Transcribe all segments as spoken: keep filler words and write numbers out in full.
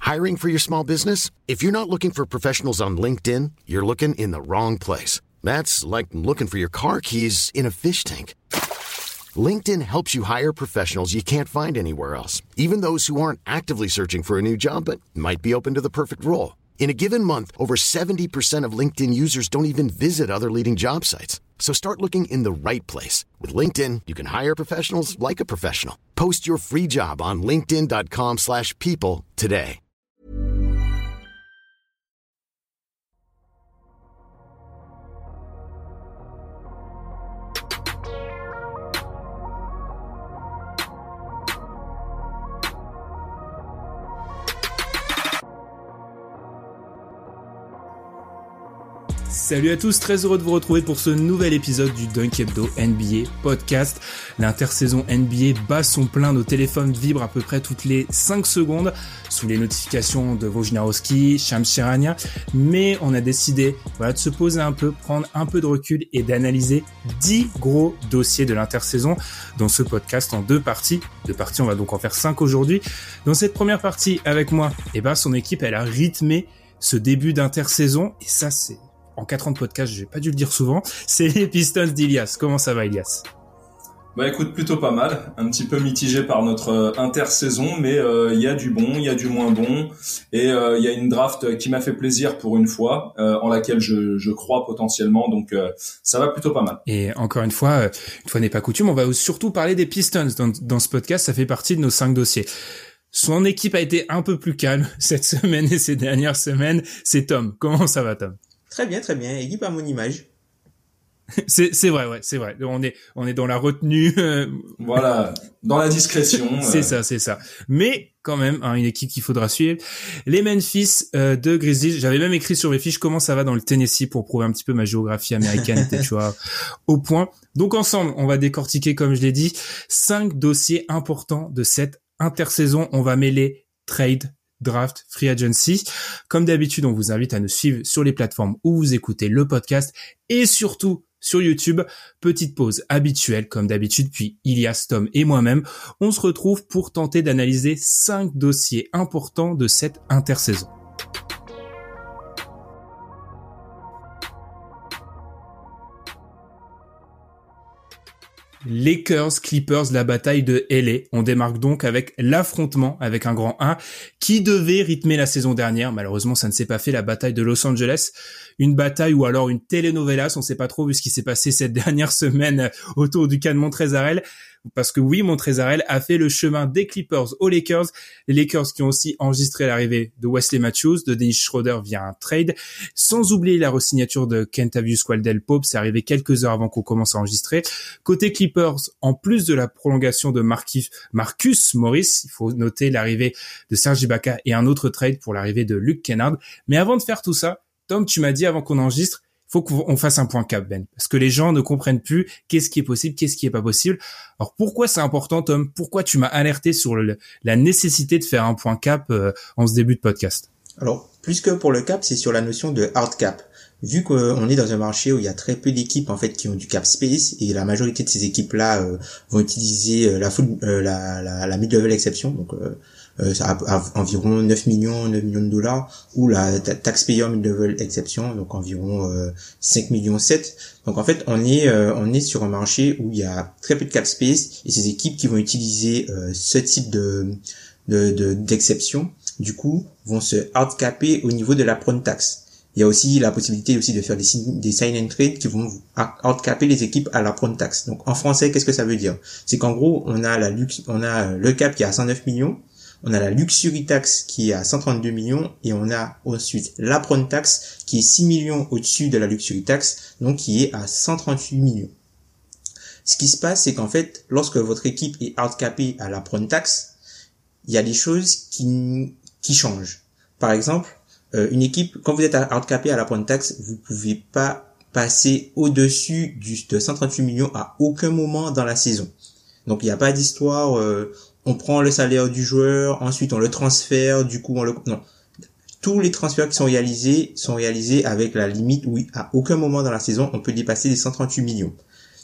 Hiring for your small business? If you're not looking for professionals on LinkedIn, you're looking in the wrong place. That's like looking for your car keys in a fish tank. LinkedIn helps you hire professionals you can't find anywhere else, even those who aren't actively searching for a new job but might be open to the perfect role. In a given month, over seventy percent of LinkedIn users don't even visit other leading job sites. So start looking in the right place. With LinkedIn, you can hire professionals like a professional. Post your free job on linkedin.com slash people today. Salut à tous, très heureux de vous retrouver pour ce nouvel épisode du Dunk Hebdo N B A podcast. L'intersaison N B A bat son plein, nos téléphones vibrent à peu près toutes les cinq secondes sous les notifications de Wojnarowski, Shams Charania, mais on a décidé voilà, de se poser un peu, prendre un peu de recul et d'analyser dix gros dossiers de l'intersaison dans ce podcast en deux parties. Deux parties, on va donc en faire cinq aujourd'hui. Dans cette première partie, avec moi, eh ben, son équipe, elle a rythmé ce début d'intersaison et ça, c'est en quatre ans de podcast, j'ai pas dû le dire souvent, c'est les Pistons d'Ilias. Comment ça va, Ilias ? Bah écoute, plutôt pas mal, un petit peu mitigé par notre euh, intersaison, mais il euh, y a du bon, il y a du moins bon, et il euh, y a une draft qui m'a fait plaisir pour une fois, euh, en laquelle je, je crois potentiellement, donc euh, ça va plutôt pas mal. Et encore une fois, une fois n'est pas coutume, on va surtout parler des Pistons dans, dans ce podcast, ça fait partie de nos cinq dossiers. Son équipe a été un peu plus calme cette semaine et ces dernières semaines, c'est Tom. Comment ça va, Tom ? Très bien, très bien. Équipe à mon image. c'est, c'est vrai, ouais, c'est vrai. On est, on est dans la retenue. Euh... Voilà, dans la discrétion. c'est euh... ça, c'est ça. Mais quand même, hein, une équipe qu'il faudra suivre. Les Memphis euh, de Grizzlies. J'avais même écrit sur mes fiches comment ça va dans le Tennessee pour prouver un petit peu ma géographie américaine était, tu vois, au point. Donc ensemble, on va décortiquer, comme je l'ai dit, cinq dossiers importants de cette intersaison. On va mêler trade, draft, free agency. Comme d'habitude, on vous invite à nous suivre sur les plateformes où vous écoutez le podcast et surtout sur YouTube. Petite pause habituelle comme d'habitude, puis Ilias, Tom et moi-même, on se retrouve pour tenter d'analyser cinq dossiers importants de cette intersaison. Lakers, Clippers, la bataille de L A. On démarque donc avec l'affrontement avec un grand un qui devait rythmer la saison dernière. Malheureusement, ça ne s'est pas fait, la bataille de Los Angeles. Une bataille ou alors une telenovelas, on ne sait pas trop vu ce qui s'est passé cette dernière semaine autour du cas de Montrezl. Parce que oui, Montrezl a fait le chemin des Clippers aux Lakers. Les Lakers qui ont aussi enregistré l'arrivée de Wesley Matthews, de Dennis Schroeder via un trade. Sans oublier la re-signature de Kentavious Caldwell-Pope, c'est arrivé quelques heures avant qu'on commence à enregistrer. Côté Clippers, en plus de la prolongation de Marquis, Marcus Morris, il faut noter l'arrivée de Serge Ibaka et un autre trade pour l'arrivée de Luke Kennard. Mais avant de faire tout ça, Tom, tu m'as dit avant qu'on enregistre, faut qu'on fasse un point cap, Ben, parce que les gens ne comprennent plus qu'est-ce qui est possible, qu'est-ce qui est pas possible. Alors pourquoi c'est important, Tom ? Pourquoi tu m'as alerté sur le, la nécessité de faire un point cap euh, en ce début de podcast ? Alors, plus que pour le cap, c'est sur la notion de hard cap. Vu qu'on est dans un marché où il y a très peu d'équipes en fait qui ont du cap space et la majorité de ces équipes-là euh, vont utiliser euh, la, full, euh, la la la mid-level exception, donc euh, euh, ça a, a environ neuf millions de dollars, ou la taxpayer mid-level exception, donc environ euh, cinq millions sept. Donc en fait, on est euh, on est sur un marché où il y a très peu de cap space et ces équipes qui vont utiliser euh, ce type de de, de d'exception, du coup, vont se hard caper au niveau de la prone tax. Il y a aussi la possibilité aussi de faire des, des sign and trade qui vont outcaper les équipes à la prone tax. Donc en français, qu'est-ce que ça veut dire ? C'est qu'en gros, on a la lux, on a le cap qui est à cent neuf millions, on a la luxury tax qui est à cent trente-deux millions et on a ensuite la prone tax qui est six millions au-dessus de la luxury tax, donc qui est à cent trente-huit millions. Ce qui se passe, c'est qu'en fait, lorsque votre équipe est outcapée à la prone tax, il y a des choses qui qui changent. Par exemple, Euh, une équipe, quand vous êtes outcapé à la prone tax, vous pouvez pas passer au-dessus du, de cent trente-huit millions à aucun moment dans la saison. Donc il n'y a pas d'histoire, euh, on prend le salaire du joueur, ensuite on le transfère, du coup on le... Non. Tous les transferts qui sont réalisés sont réalisés avec la limite où à aucun moment dans la saison on peut dépasser les cent trente-huit millions.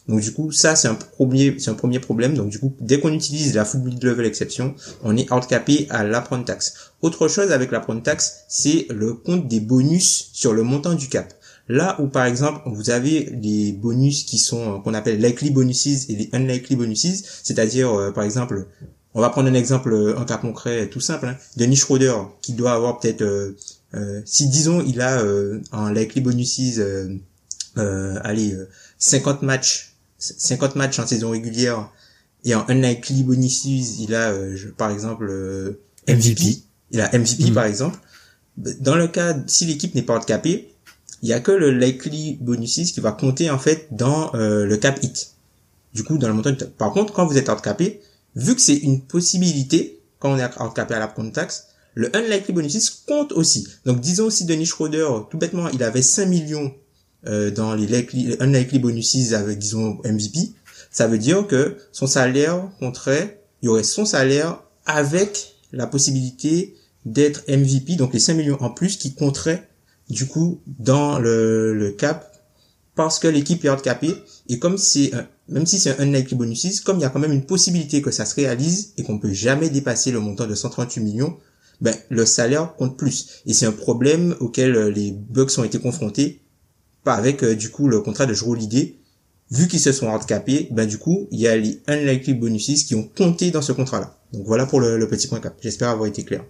Donc du coup, ça c'est un premier, c'est un premier problème. Donc du coup, dès qu'on utilise la full mid-level exception, on est outcapé à l'apprendre tax. Autre chose avec l'apprendre tax, c'est le compte des bonus sur le montant du cap. Là où par exemple vous avez les bonus qui sont qu'on appelle likely bonuses et les unlikely bonuses, c'est-à-dire euh, par exemple, on va prendre un exemple, un cas concret tout simple, hein, Dennis Schroeder qui doit avoir peut-être, euh, euh, si disons il a euh, un likely bonuses, euh, euh, allez, euh, cinquante matchs, cinquante matchs en saison régulière et en unlikely bonuses il a euh, je, par exemple euh, M V P, il a M V P mmh. par exemple. Dans le cas si l'équipe n'est pas handicapée, il y a que le likely bonuses qui va compter en fait dans euh, le cap hit. Du coup, dans le montant du... Par contre, quand vous êtes handicapé, vu que c'est une possibilité, quand on est handicapé à la prendre tax, le unlikely bonuses compte aussi. Donc, disons si Dennis Schroeder, tout bêtement, il avait cinq millions euh, dans les, likely, les unlikely bonuses avec, disons, M V P, ça veut dire que son salaire compterait, il y aurait son salaire avec la possibilité d'être M V P, donc les cinq millions en plus qui compteraient du coup dans le, le cap parce que l'équipe est handicapée et comme c'est un, même si c'est un unlikely bonuses, comme il y a quand même une possibilité que ça se réalise et qu'on peut jamais dépasser le montant de cent trente-huit millions, ben le salaire compte plus et c'est un problème auquel les Bucks ont été confrontés pas avec euh, du coup le contrat de Jrue Holiday. Vu qu'ils se sont handicapés, ben du coup il y a les unlikely bonuses qui ont compté dans ce contrat-là. Donc voilà pour le, le petit point cap. J'espère avoir été clair.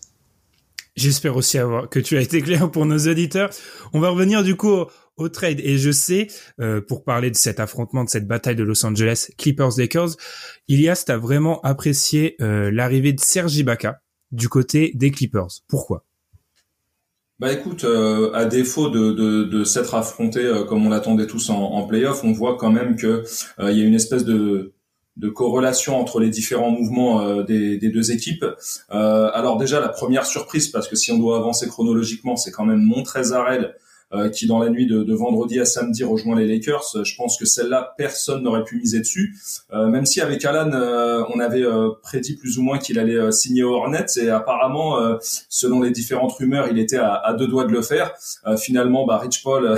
J'espère aussi avoir que tu as été clair pour nos auditeurs. On va revenir du coup au, au trade. Et je sais, euh, pour parler de cet affrontement, de cette bataille de Los Angeles, Clippers-Lakers, Ilias, t'as vraiment apprécié euh, l'arrivée de Serge Ibaka du côté des Clippers. Pourquoi ? Bah écoute, euh, à défaut de, de, de s'être affronté euh, comme on l'attendait tous en, en play-off, on voit quand même que euh, il y a une espèce de de corrélation entre les différents mouvements euh, des, des deux équipes. Euh, alors déjà, la première surprise, parce que si on doit avancer chronologiquement, c'est quand même Montrezl euh, qui, dans la nuit de, de vendredi à samedi, rejoint les Lakers. Je pense que celle-là, personne n'aurait pu miser dessus. Euh, même si avec Alan, euh, on avait euh, prédit plus ou moins qu'il allait euh, signer aux Hornets, et apparemment, euh, selon les différentes rumeurs, il était à, à deux doigts de le faire. Euh, finalement, bah, Rich Paul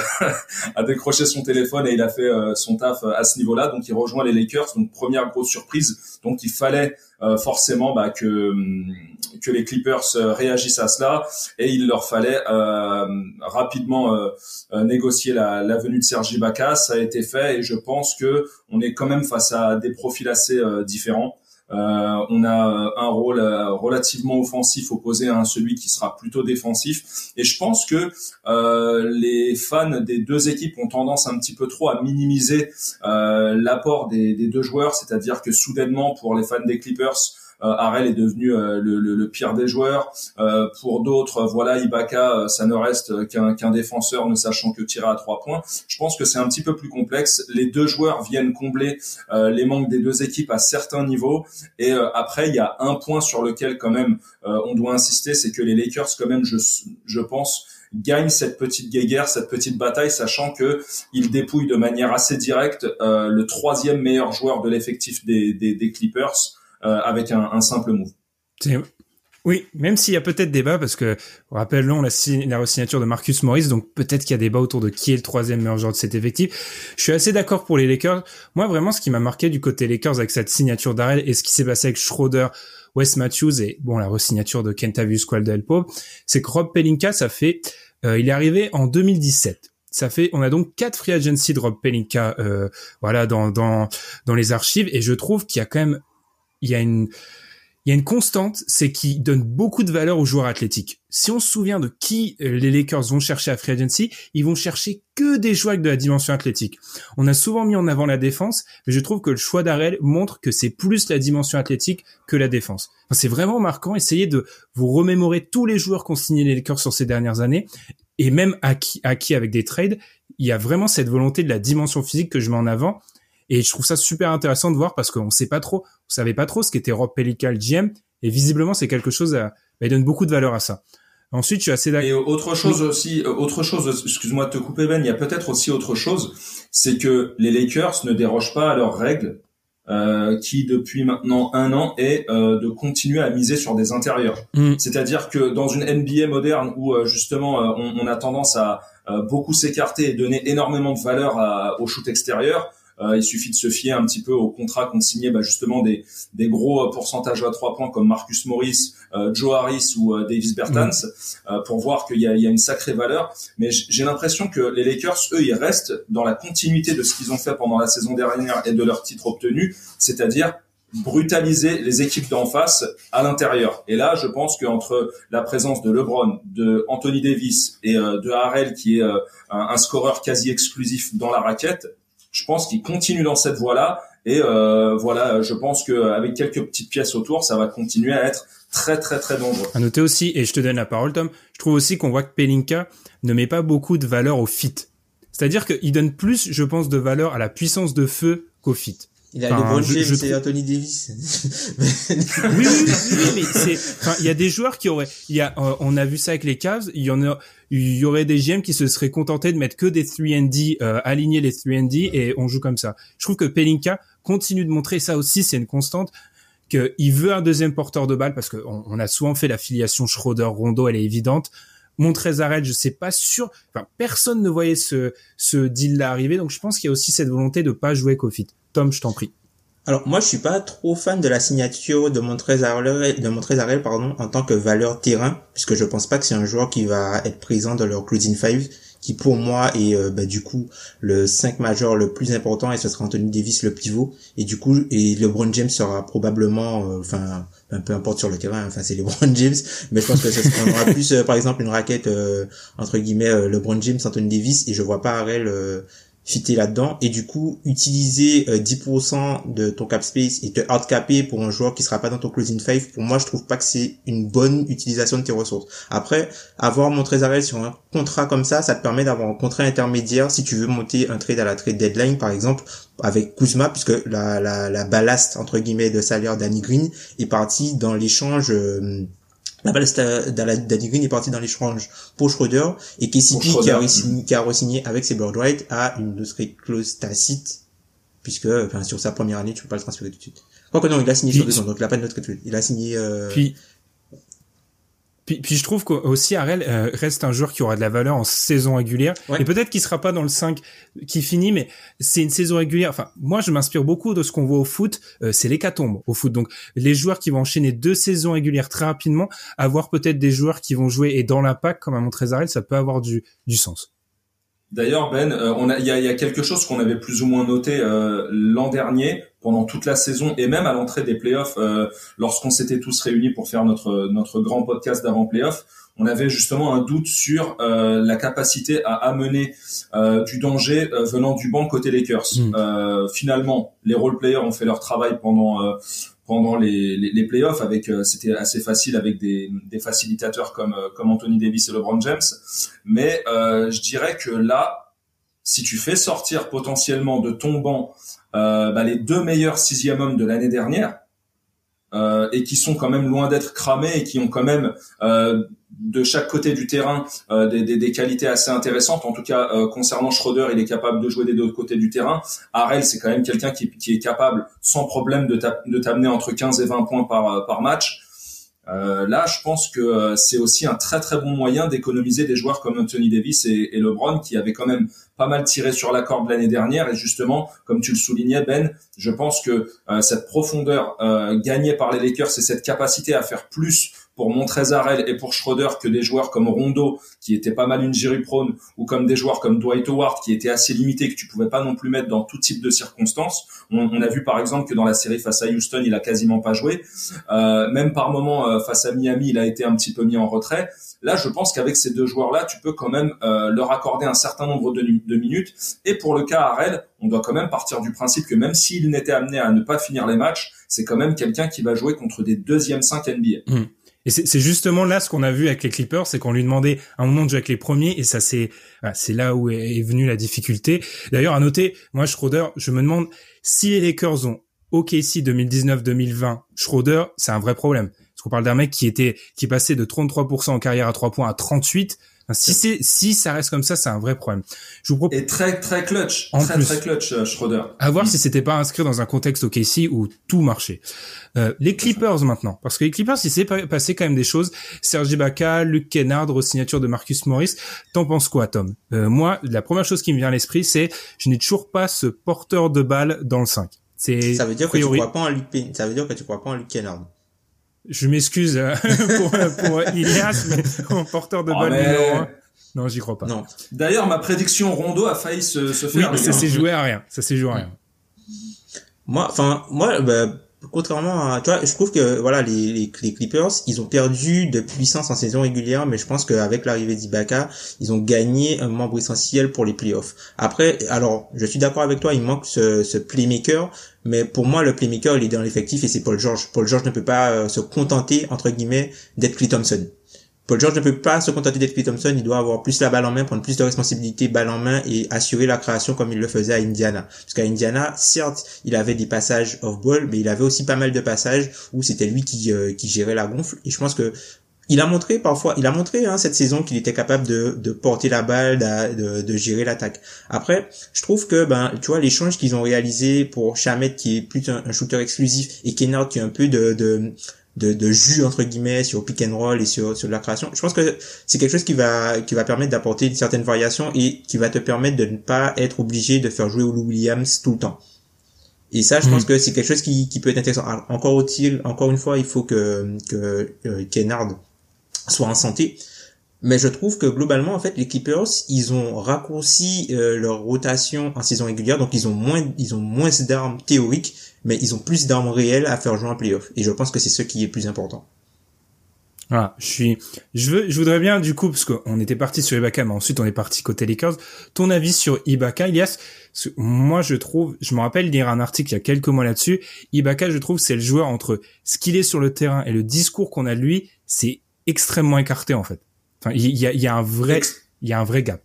a décroché son téléphone et il a fait euh, son taf à ce niveau-là. Donc, il rejoint les Lakers. Donc, première grosse surprise. Donc, il fallait euh, forcément bah, que que les Clippers euh, réagissent à cela, et il leur fallait euh, rapidement euh, euh, négocier la, la venue de Serge Ibaka. Ça a été fait, et je pense que on est quand même face à des profils assez euh, différents. Euh, on a un rôle euh, relativement offensif opposé à un, celui qui sera plutôt défensif, et je pense que euh, les fans des deux équipes ont tendance un petit peu trop à minimiser euh, l'apport des, des deux joueurs, c'est-à-dire que soudainement, pour les fans des Clippers, Euh, Harrell est devenu euh, le, le, le pire des joueurs. Euh, pour d'autres, voilà, Ibaka, euh, ça ne reste qu'un, qu'un défenseur ne sachant que tirer à trois points. Je pense que c'est un petit peu plus complexe. Les deux joueurs viennent combler euh, les manques des deux équipes à certains niveaux. Et euh, après, il y a un point sur lequel quand même euh, on doit insister, c'est que les Lakers, quand même, je, je pense, gagnent cette petite guéguerre, cette petite bataille, sachant que ils dépouillent de manière assez directe euh, le troisième meilleur joueur de l'effectif des, des, des Clippers. Euh, avec un, un simple move. C'est... Oui, même s'il y a peut-être débat, parce que, rappelons la, sign- la signature de Marcus Morris, donc peut-être qu'il y a débat autour de qui est le troisième meilleur joueur de cet effectif. Je suis assez d'accord pour les Lakers. Moi, vraiment, ce qui m'a marqué du côté Lakers avec cette signature d'Harrell et ce qui s'est passé avec Schroeder, Wes Matthews et, bon, la re-signature de Kentavious Caldwell-Pope, c'est que Rob Pelinka, ça fait, euh, il est arrivé en deux mille dix-sept. Ça fait, on a donc quatre free agency de Rob Pelinka, euh, voilà, dans, dans, dans les archives, et je trouve qu'il y a quand même il y a une il y a une constante, c'est qu'il donne beaucoup de valeur aux joueurs athlétiques. Si on se souvient de qui les Lakers vont chercher à free agency, ils vont chercher que des joueurs avec de la dimension athlétique. On a souvent mis en avant la défense, mais je trouve que le choix d'Harrell montre que c'est plus la dimension athlétique que la défense. Enfin, c'est vraiment marquant. Essayez de vous remémorer tous les joueurs qu'ont signé les Lakers sur ces dernières années, et même acquis, acquis avec des trades. Il y a vraiment cette volonté de la dimension physique que je mets en avant. Et je trouve ça super intéressant de voir, parce qu'on sait pas trop, on savait pas trop ce qu'était Rob Pelinka, le G M, et visiblement c'est quelque chose à, bah, il donne beaucoup de valeur à ça. Ensuite, je suis assez d'accord. Et autre chose aussi, autre chose, excuse-moi de te couper Ben, il y a peut-être aussi autre chose, c'est que les Lakers ne dérogent pas à leurs règles, euh, qui depuis maintenant un an est euh, de continuer à miser sur des intérieurs. Mm. C'est-à-dire que dans une N B A moderne où euh, justement euh, on, on a tendance à euh, beaucoup s'écarter et donner énormément de valeur à, au shoot extérieur, Euh, il suffit de se fier un petit peu aux contrats qu'ont signé bah, justement des, des gros pourcentages à trois points comme Marcus Morris, euh, Joe Harris ou euh, Davis Bertans mmh. euh, pour voir qu'il y a, il y a une sacrée valeur. Mais j'ai l'impression que les Lakers, eux, ils restent dans la continuité de ce qu'ils ont fait pendant la saison dernière et de leur titre obtenu, c'est-à-dire brutaliser les équipes d'en face à l'intérieur. Et là, je pense qu'entre la présence de LeBron, de Anthony Davis et euh, de Harrell, qui est euh, un, un scoreur quasi exclusif dans la raquette, je pense qu'il continue dans cette voie-là. Et euh, voilà, je pense qu'avec quelques petites pièces autour, ça va continuer à être très, très, très dangereux. À noter aussi, et je te donne la parole, Tom, je trouve aussi qu'on voit que Pelinka ne met pas beaucoup de valeur au fit. C'est-à-dire qu'il donne plus, je pense, de valeur à la puissance de feu qu'au fit. Il a enfin, LeBron James je, je et Anthony Davis. oui, oui, oui, oui, mais c'est, enfin, il y a des joueurs qui auraient, il y a, euh, on a vu ça avec les Cavs, il y en a, il y aurait des G M qui se seraient contentés de mettre que des trois and D, euh, aligner les trois and D et on joue comme ça. Je trouve que Pelinka continue de montrer, ça aussi c'est une constante, qu'il veut un deuxième porteur de balle parce que on, on a souvent fait l'affiliation Schroeder-Rondo, elle est évidente. Montrezl Harrell, je sais pas sûr, enfin, personne ne voyait ce, ce deal-là arriver, donc je pense qu'il y a aussi cette volonté de pas jouer qu'au fit. Tom, je t'en prie. Alors moi je suis pas trop fan de la signature de Montrezl Harrell, de Montrezl Harrell pardon, en tant que valeur terrain, puisque je pense pas que c'est un joueur qui va être présent dans leur closing five, qui pour moi est euh, bah, du coup le cinq majeur le plus important, et ce sera Anthony Davis le pivot, et du coup et LeBron James sera probablement enfin euh, peu importe sur le terrain, enfin c'est LeBron James, mais je pense que ça se aura plus euh, par exemple une raquette euh, entre guillemets euh, LeBron James, Anthony Davis, et je vois pas Harrell euh, fitter là-dedans, et du coup utiliser euh, dix pour cent de ton cap space et te hardcaper pour un joueur qui sera pas dans ton closing five, pour moi je trouve pas que c'est une bonne utilisation de tes ressources. Après, avoir Montrezl Harrell sur un contrat comme ça, ça te permet d'avoir un contrat intermédiaire si tu veux monter un trade à la trade deadline par exemple avec Kuzma, puisque la la, la ballast entre guillemets de salaire d'Danny Green est partie dans l'échange euh, La balle d'Danny Green est partie dans l'échange pour Schroeder, et K C P qui a, re-signé, qui a re-signé avec ses bird rights a une clause tacite, puisque enfin, sur sa première année tu peux pas le transférer tout de suite. Quoique non, il a signé puis, sur deux ans, donc il a pas de note clause. Il a signé euh... puis Puis, puis je trouve qu'aussi Harrell euh, reste un joueur qui aura de la valeur en saison régulière. Ouais. Et peut-être qu'il sera pas dans le cinq qui finit, mais c'est une saison régulière. Enfin, moi, je m'inspire beaucoup de ce qu'on voit au foot. Euh, c'est l'hécatombe au foot. Donc, les joueurs qui vont enchaîner deux saisons régulières très rapidement, avoir peut-être des joueurs qui vont jouer et dans l'impact, comme à Montrezl Harrell, ça peut avoir du, du sens. D'ailleurs, Ben, euh, on a, il y a, y a quelque chose qu'on avait plus ou moins noté euh, l'an dernier, pendant toute la saison et même à l'entrée des playoffs, euh, lorsqu'on s'était tous réunis pour faire notre notre grand podcast d'avant playoffs, on avait justement un doute sur euh, la capacité à amener euh, du danger euh, venant du banc côté Lakers. Mmh. Euh, finalement, les role players ont fait leur travail pendant euh, pendant les, les, les playoffs, avec euh, c'était assez facile avec des, des facilitateurs comme euh, comme Anthony Davis et LeBron James. Mais euh, je dirais que là, si tu fais sortir potentiellement de ton banc euh, bah, les deux meilleurs sixième hommes de l'année dernière, euh, et qui sont quand même loin d'être cramés et qui ont quand même euh, de chaque côté du terrain euh, des, des, des qualités assez intéressantes. En tout cas, euh, concernant Schroeder, il est capable de jouer des deux côtés du terrain. Harrell, c'est quand même quelqu'un qui, qui est capable sans problème de, ta, de t'amener entre quinze et vingt points par, par match. Euh, là, je pense que euh, c'est aussi un très très bon moyen d'économiser des joueurs comme Anthony Davis et, et LeBron, qui avaient quand même pas mal tiré sur la corde l'année dernière. Et justement, comme tu le soulignais, Ben, je pense que euh, cette profondeur euh, gagnée par les Lakers et cette capacité à faire plus pour Montrezl Harrell et pour Schroeder que des joueurs comme Rondo, qui étaient pas mal injury prone, ou comme des joueurs comme Dwight Howard, qui étaient assez limités, que tu pouvais pas non plus mettre dans tout type de circonstances. On, on a vu par exemple que dans la série face à Houston, il a quasiment pas joué. Euh, même par moment euh, face à Miami, il a été un petit peu mis en retrait. Là, je pense qu'avec ces deux joueurs-là, tu peux quand même euh, leur accorder un certain nombre de, de minutes. Et pour le cas Harrell, on doit quand même partir du principe que même s'il n'était amené à ne pas finir les matchs, c'est quand même quelqu'un qui va jouer contre des deuxième cinq N B A. Mmh. Et c'est, c'est justement là ce qu'on a vu avec les Clippers, c'est qu'on lui demandait un moment de jouer avec les premiers, et ça c'est, voilà, c'est là où est, est venue la difficulté. D'ailleurs, à noter, moi Schroeder, je me demande si les Lakers ont O K C deux mille dix-neuf deux mille vingt, Schroeder, c'est un vrai problème. Parce qu'on parle d'un mec qui était, qui passait de trente-trois pour cent en carrière à trois points à trente-huit. Enfin, si c'est si ça reste comme ça, c'est un vrai problème. Je vous propose. Et très très clutch, en très plus, très clutch, euh, Schroeder. À voir mmh. si c'était pas inscrit dans un contexte O K C où tout marchait. Euh, les Clippers maintenant, parce que les Clippers, il s'est passé quand même des choses. Serge Ibaka, Luke Kennard, re-signature de Marcus Morris. T'en penses quoi, Tom? euh, Moi, la première chose qui me vient à l'esprit, c'est je n'ai toujours pas ce porteur de balle dans le cinq. C'est ça veut dire priori... que tu crois pas en Luke, ça veut dire que tu crois pas en Luke Kennard. Je m'excuse pour, pour Ilias, mais en porteur de balle oh, mais... numéro un. Non, j'y crois pas. Non. D'ailleurs, ma prédiction Rondo a failli se, se faire. Oui, ça s'est joué à rien. Ça s'est joué à rien. Moi, enfin, moi, bah, contrairement à, tu vois, je trouve que, voilà, les, les, les Clippers, ils ont perdu de puissance en saison régulière, mais je pense qu'avec l'arrivée d'Ibaka, ils ont gagné un membre essentiel pour les playoffs. Après, alors, je suis d'accord avec toi, il manque ce, ce playmaker, mais pour moi, le playmaker, il est dans l'effectif et c'est Paul George. Paul George ne peut pas euh, se contenter, entre guillemets, d'être Klay Thompson. Paul George ne peut pas se contenter d'être Klay Thompson, il doit avoir plus la balle en main, prendre plus de responsabilités balle en main et assurer la création comme il le faisait à Indiana. Parce qu'à Indiana, certes, il avait des passages off-ball, mais il avait aussi pas mal de passages où c'était lui qui euh, qui gérait la gonfle. Et je pense que il a montré parfois, il a montré hein, cette saison qu'il était capable de de porter la balle, de de, de gérer l'attaque. Après, je trouve que ben tu vois l'échange qu'ils ont réalisé pour Shamet qui est plus un, un shooter exclusif et Kennard qui a un peu de de de, de jus entre guillemets sur pick and roll et sur sur la création. Je pense que c'est quelque chose qui va qui va permettre d'apporter une certaine variation et qui va te permettre de ne pas être obligé de faire jouer Lou Williams tout le temps. Et ça, je mmh. pense que c'est quelque chose qui qui peut être intéressant. Alors, encore utile, encore une fois, il faut que que euh, Kennard soit en santé. Mais je trouve que globalement, en fait, les Clippers, ils ont raccourci euh, leur rotation en saison régulière, donc ils ont moins, ils ont moins d'armes théoriques, mais ils ont plus d'armes réelles à faire jouer en playoff. Et je pense que c'est ce qui est plus important. Voilà, je suis, je veux, je voudrais bien du coup, parce qu'on était parti sur Ibaka, mais ensuite on est parti côté Lakers. Ton avis sur Ibaka, Ilias? Moi, je trouve, je me rappelle lire un article il y a quelques mois là-dessus. Ibaka, je trouve, c'est le joueur entre ce qu'il est sur le terrain et le discours qu'on a de lui, c'est extrêmement écarté en fait. Enfin, il y a, il y a un vrai, il y a un vrai gap.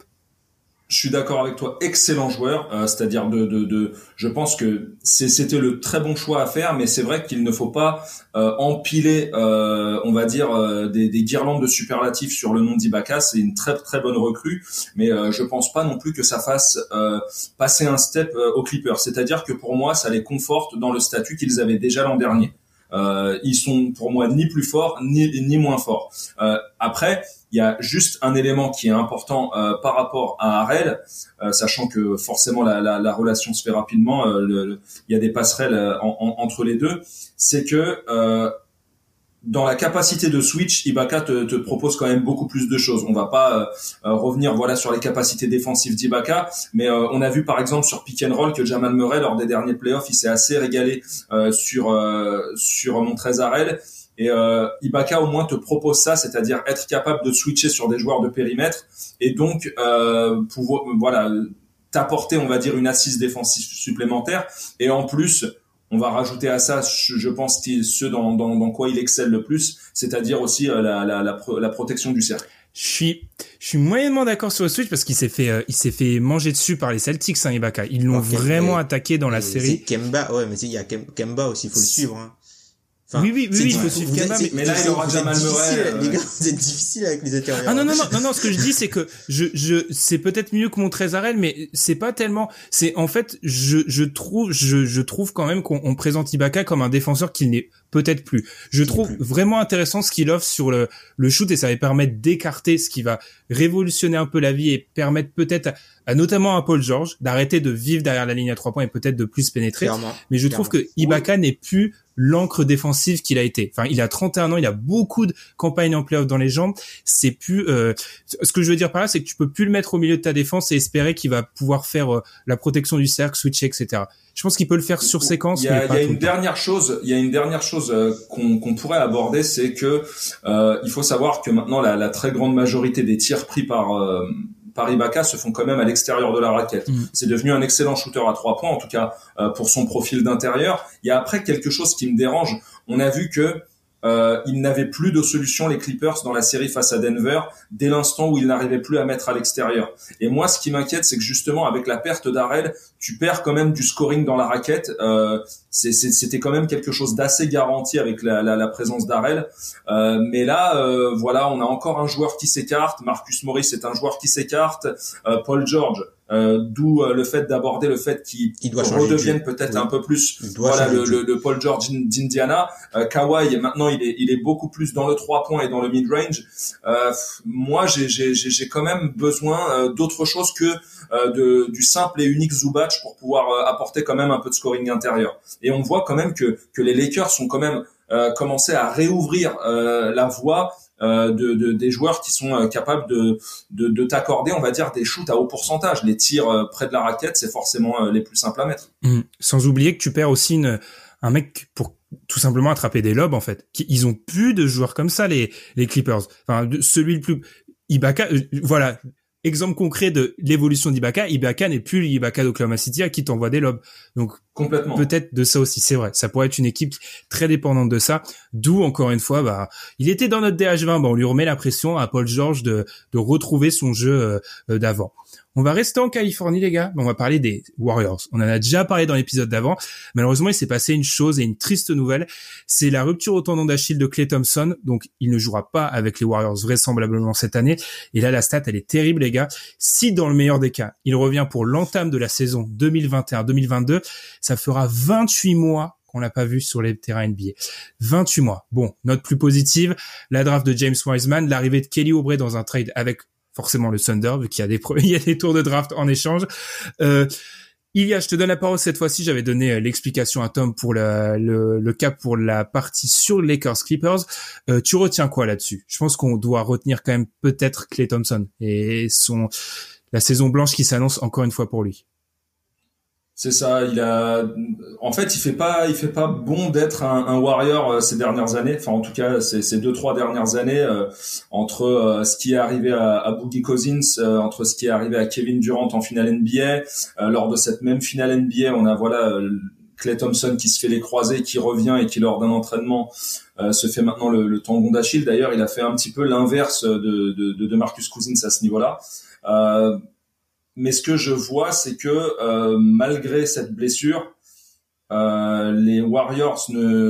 Je suis d'accord avec toi, excellent joueur, euh, c'est-à-dire de, de, de, je pense que c'est, c'était le très bon choix à faire, mais c'est vrai qu'il ne faut pas euh, empiler, euh, on va dire, euh, des, des guirlandes de superlatifs sur le nom d'Ibaka. C'est une très très bonne recrue, mais euh, je pense pas non plus que ça fasse euh, passer un step euh, aux Clippers. C'est-à-dire que pour moi, ça les conforte dans le statut qu'ils avaient déjà l'an dernier. Euh, ils sont pour moi ni plus forts ni, ni moins forts. Euh, après, il y a juste un élément qui est important euh, par rapport à Harrell, euh, sachant que forcément la, la, la relation se fait rapidement. Euh, le, le, il y a des passerelles en, en, entre les deux. C'est que euh, dans la capacité de switch, Ibaka te, te propose quand même beaucoup plus de choses. On va pas euh, revenir voilà sur les capacités défensives d'Ibaka, mais euh, on a vu par exemple sur pick and roll que Jamal Murray lors des derniers playoffs, il s'est assez régalé euh, sur euh, sur Montrezl Harrell. Et euh, Ibaka au moins te propose ça, c'est-à-dire être capable de switcher sur des joueurs de périmètre et donc euh, pouvoir voilà t'apporter on va dire une assise défensive supplémentaire. Et en plus on va rajouter à ça, je pense, ce dans, dans, dans quoi il excelle le plus, c'est-à-dire aussi la, la, la, la protection du cercle. Je suis, je suis moyennement d'accord sur le switch parce qu'il s'est fait, euh, il s'est fait manger dessus par les Celtics, hein, Ibaka. Ils l'ont okay, vraiment mais, attaqué dans la série. C'est Kemba, ouais, mais il y a Kemba aussi, il faut le suivre, hein. Enfin, oui, oui, oui, il faut suivre Kemba, mais, mais là, il aura Jamal Murray. Euh... Les gars, vous êtes difficiles avec les intérieurs. Ah non, non, non, non, non, ce que je dis, c'est que je, je, c'est peut-être mieux que Montrezl Harrell, mais c'est pas tellement, c'est, en fait, je, je trouve, je, je trouve quand même qu'on on présente Ibaka comme un défenseur qu'il n'est peut-être plus. Je trouve plus. Vraiment intéressant ce qu'il offre sur le, le shoot et ça va permettre d'écarter ce qui va révolutionner un peu la vie et permettre peut-être à, à notamment à Paul George d'arrêter de vivre derrière la ligne à trois points et peut-être de plus pénétrer. Clairement, mais je clairement. trouve que Ibaka oui. n'est plus l'encre défensive qu'il a été. Enfin, il a trente et un ans, il a beaucoup de campagnes en playoff dans les jambes. C'est plus, euh, ce que je veux dire par là, c'est que tu peux plus le mettre au milieu de ta défense et espérer qu'il va pouvoir faire euh, la protection du cercle, switcher, et cetera. Je pense qu'il peut le faire sur séquence. Il y a, mais pas il y a tout une dernière chose, il y a une dernière chose euh, qu'on, qu'on pourrait aborder, c'est que euh, il faut savoir que maintenant la, la très grande majorité des tirs pris par euh, par Ibaka se font quand même à l'extérieur de la raquette. Mmh. C'est devenu un excellent shooter à trois points, en tout cas euh, pour son profil d'intérieur. Il y a après quelque chose qui me dérange. On a vu que euh, ils n'avaient plus de solution, les Clippers, dans la série face à Denver, dès l'instant où ils n'arrivaient plus à mettre à l'extérieur. Et moi, ce qui m'inquiète, c'est que justement, avec la perte d'Harrell, tu perds quand même du scoring dans la raquette. Euh, c'est, c'est, c'était quand même quelque chose d'assez garanti avec la, la, la présence d'Harrell. Euh, mais là, euh, voilà, on a encore un joueur qui s'écarte. Marcus Morris est un joueur qui s'écarte. Euh, Paul George, euh, d'où euh, le fait d'aborder le fait qu'il redevienne peut-être oui. un peu plus voilà le, le, le Paul George d'Indiana. Euh, Kawhi maintenant il est il est beaucoup plus dans le trois points et dans le mid range. Euh, moi j'ai j'ai j'ai quand même besoin euh, d'autre chose que euh, de du simple et unique Zubac pour pouvoir euh, apporter quand même un peu de scoring intérieur. Et on voit quand même que que les Lakers sont quand même euh, commencé à réouvrir euh, la voie Euh, de, de des joueurs qui sont euh, capables de, de de t'accorder, on va dire, des shoots à haut pourcentage. Les tirs euh, près de la raquette, c'est forcément euh, les plus simples à mettre. Mmh. Sans oublier que tu perds aussi une, un mec pour tout simplement attraper des lobes en fait. Ils ont plus de joueurs comme ça, les les Clippers. Enfin, de, celui le plus Ibaka, euh, voilà. Exemple concret de l'évolution d'Ibaka, Ibaka n'est plus l'Ibaka d'Oklahoma City à qui t'envoie des lobes. Donc, complètement. Peut-être de ça aussi, c'est vrai. Ça pourrait être une équipe très dépendante de ça. D'où, encore une fois, bah, il était dans notre D H vingt, bah, on lui remet la pression à Paul George de, de retrouver son jeu euh, d'avant. On va rester en Californie, les gars. On va parler des Warriors. On en a déjà parlé dans l'épisode d'avant. Malheureusement, il s'est passé une chose et une triste nouvelle. C'est la rupture au tendon d'Achille de Klay Thompson. Donc, il ne jouera pas avec les Warriors vraisemblablement cette année. Et là, la stat, elle est terrible, les gars. Si, dans le meilleur des cas, il revient pour l'entame de la saison deux mille vingt et un deux mille vingt-deux, ça fera vingt-huit mois qu'on l'a pas vu sur les terrains N B A. vingt-huit mois. Bon, note plus positive, la draft de James Wiseman, l'arrivée de Kelly Oubre dans un trade avec forcément le Thunder, vu qu'il y a des il y a des tours de draft en échange. Euh, il y a, je te donne la parole cette fois-ci, j'avais donné l'explication à Tom pour la, le, le cap pour la partie sur les Lakers Clippers. Euh, tu retiens quoi là-dessus? Je pense qu'on doit retenir quand même peut-être Klay Thompson et son, la saison blanche qui s'annonce encore une fois pour lui. C'est ça, il a, en fait, il fait pas, il fait pas bon d'être un, un Warrior euh, ces dernières années. Enfin, en tout cas, ces, ces deux, trois dernières années, euh, entre euh, ce qui est arrivé à, à Boogie Cousins, euh, entre ce qui est arrivé à Kevin Durant en finale N B A, euh, lors de cette même finale N B A, on a voilà euh, Klay Thompson qui se fait les croisés, qui revient et qui lors d'un entraînement euh, se fait maintenant le, le tendon d'Achille. D'ailleurs, il a fait un petit peu l'inverse de, de, de, de Marcus Cousins à ce niveau-là. Euh, Mais ce que je vois, c'est que euh, malgré cette blessure, euh, les Warriors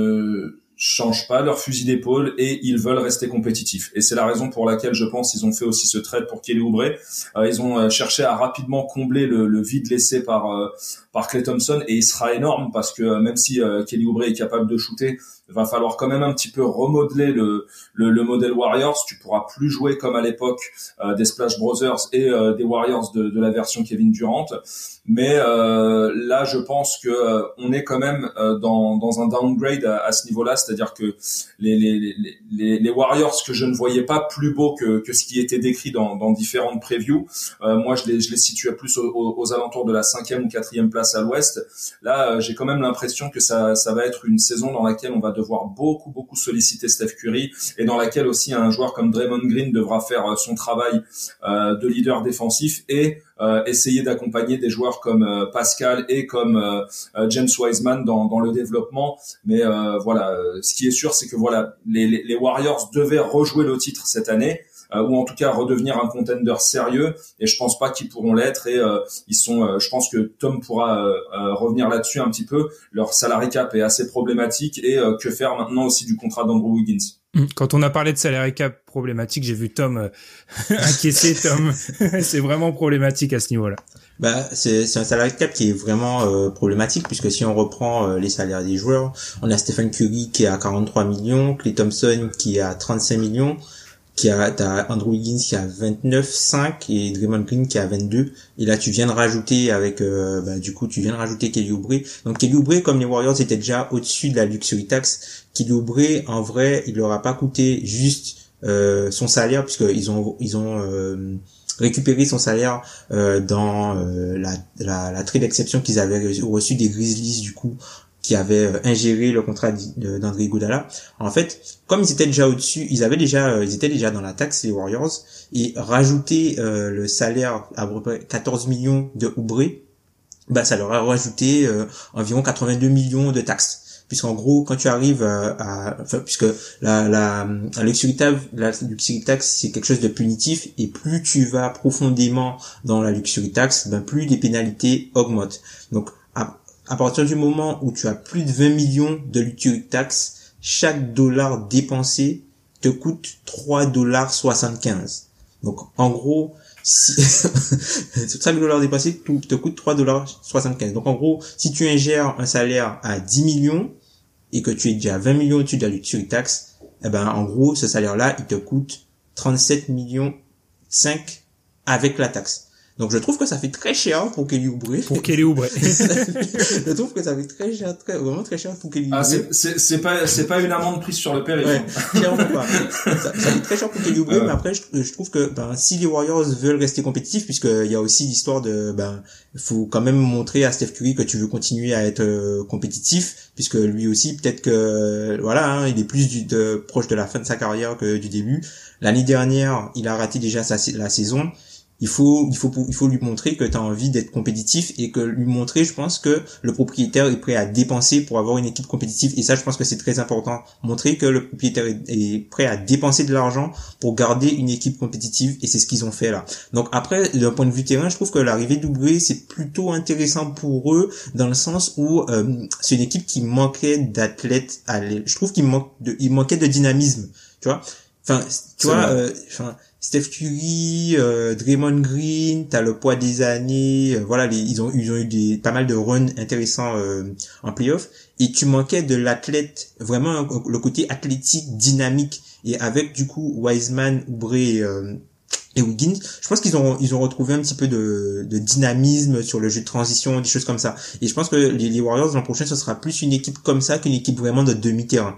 ne changent pas leur fusil d'épaule et ils veulent rester compétitifs. Et c'est la raison pour laquelle je pense qu'ils ont fait aussi ce trade pour Kelly Oubre. Euh, ils ont euh, cherché à rapidement combler le, le vide laissé par euh, par Klay Thompson et il sera énorme parce que euh, même si euh, Kelly Oubre est capable de shooter, il va falloir quand même un petit peu remodeler le, le, le modèle Warriors. Tu pourras plus jouer comme à l'époque euh, des Splash Brothers et euh, des Warriors de, de la version Kevin Durant. Mais euh, là, je pense que euh, on est quand même euh, dans, dans un downgrade à, à ce niveau-là, c'est-à-dire que les, les, les, les, les Warriors que je ne voyais pas plus beaux que, que ce qui était décrit dans, dans différentes previews, euh, moi je les, je les situais plus aux, aux, aux alentours de la cinquième ou quatrième place à l'Ouest. Là, euh, j'ai quand même l'impression que ça, ça va être une saison dans laquelle on va devoir beaucoup beaucoup solliciter Steph Curry et dans laquelle aussi un joueur comme Draymond Green devra faire son travail euh, de leader défensif et euh, essayer d'accompagner des joueurs comme euh, Pascal et comme euh, James Wiseman dans, dans le développement. Mais euh, voilà, ce qui est sûr, c'est que voilà, les, les, les Warriors devaient rejouer le titre cette année. Euh, ou en tout cas redevenir un contender sérieux et je pense pas qu'ils pourront l'être et euh, ils sont euh, je pense que Tom pourra euh, euh, revenir là-dessus un petit peu. Leur salary cap est assez problématique et euh, que faire maintenant aussi du contrat d'Andrew Wiggins. Quand on a parlé de salary cap problématique, j'ai vu Tom euh, acquiescer. Tom, c'est vraiment problématique à ce niveau-là. Bah, c'est, c'est un salary cap qui est vraiment euh, problématique puisque si on reprend euh, les salaires des joueurs, on a Stephen Curry qui est à quarante-trois millions, Klay Thompson qui est à trente-cinq millions, qui a, t'as Andrew Wiggins qui a vingt-neuf virgule cinq et Draymond Green qui a vingt-deux. Et là, tu viens de rajouter avec, euh, bah, du coup, tu viens de rajouter Kelly Oubre. Donc, Kelly Oubre, comme les Warriors étaient déjà au-dessus de la luxury tax, Kelly Oubre, en vrai, il leur a pas coûté juste, euh, son salaire puisqu'ils ont, ils ont, euh, récupéré son salaire, euh, dans, euh, la, la, la trade d'exception qu'ils avaient reçu des Grizzlies, du coup, qui avaient ingéré le contrat d'André Iguodala. En fait, comme ils étaient déjà au-dessus, ils avaient déjà, ils étaient déjà dans la taxe, les Warriors, et rajouter euh, le salaire à peu près quatorze millions de Oubre, bah ça leur a rajouté euh, environ quatre-vingt-deux millions de taxes. puisqu'en gros, quand tu arrives à, à enfin, puisque la, la, la luxury tax, la luxury tax, c'est quelque chose de punitif, et plus tu vas profondément dans la luxury tax, ben plus les pénalités augmentent. Donc, à, à partir du moment où tu as plus de vingt millions de luxury tax, chaque dollar dépensé te coûte trois dollars soixante-quinze. Donc, en gros, si chaque dollar dépensé te coûte trois dollars soixante-quinze. Donc, en gros, si tu ingères un salaire à dix millions et que tu es déjà vingt millions au-dessus de la luxury tax, eh ben, en gros, ce salaire-là, il te coûte trente-sept millions cinq avec la taxe. Donc je trouve que ça fait très cher pour Kelly Oubre. Pour Kelly Oubre. Je trouve que ça fait très cher, très, vraiment très cher pour Kelly Oubre. Ah, c'est, c'est, c'est pas, c'est pas une amende prise sur le périph'. Ouais, clairement pas. Ça, ça fait très cher pour Kelly Oubre, euh. mais après, je, je trouve que, ben, si les Warriors veulent rester compétitifs, puisque il y a aussi l'histoire de, ben, il faut quand même montrer à Steph Curry que tu veux continuer à être euh, compétitif, puisque lui aussi, peut-être que, voilà, hein, il est plus du, de, proche de la fin de sa carrière que du début. L'année dernière, il a raté déjà sa, la saison. Il faut, il faut, il faut lui montrer que tu as envie d'être compétitif, et que lui montrer, je pense que le propriétaire est prêt à dépenser pour avoir une équipe compétitive. Et ça, je pense que c'est très important. Montrer que le propriétaire est prêt à dépenser de l'argent pour garder une équipe compétitive, et c'est ce qu'ils ont fait là. Donc après, d'un point de vue terrain, je trouve que l'arrivée d'Oubre, c'est plutôt intéressant pour eux, dans le sens où euh, c'est une équipe qui manquait d'athlètes. À l'aile. Je trouve qu'il manque de, il manquait de dynamisme, tu vois. Enfin, tu c'est vois, euh, enfin. Steph Curry, euh, Draymond Green, t'as le poids des années, euh, voilà, les, ils ont ils ont eu des pas mal de runs intéressants euh, en playoff, et tu manquais de l'athlète, vraiment le côté athlétique, dynamique, et avec du coup Wiseman, Oubre et, euh, et Wiggins, je pense qu'ils ont ils ont retrouvé un petit peu de, de dynamisme sur le jeu de transition, des choses comme ça. Et je pense que les, les Warriors l'an prochain, ce sera plus une équipe comme ça qu'une équipe vraiment de demi-terrain.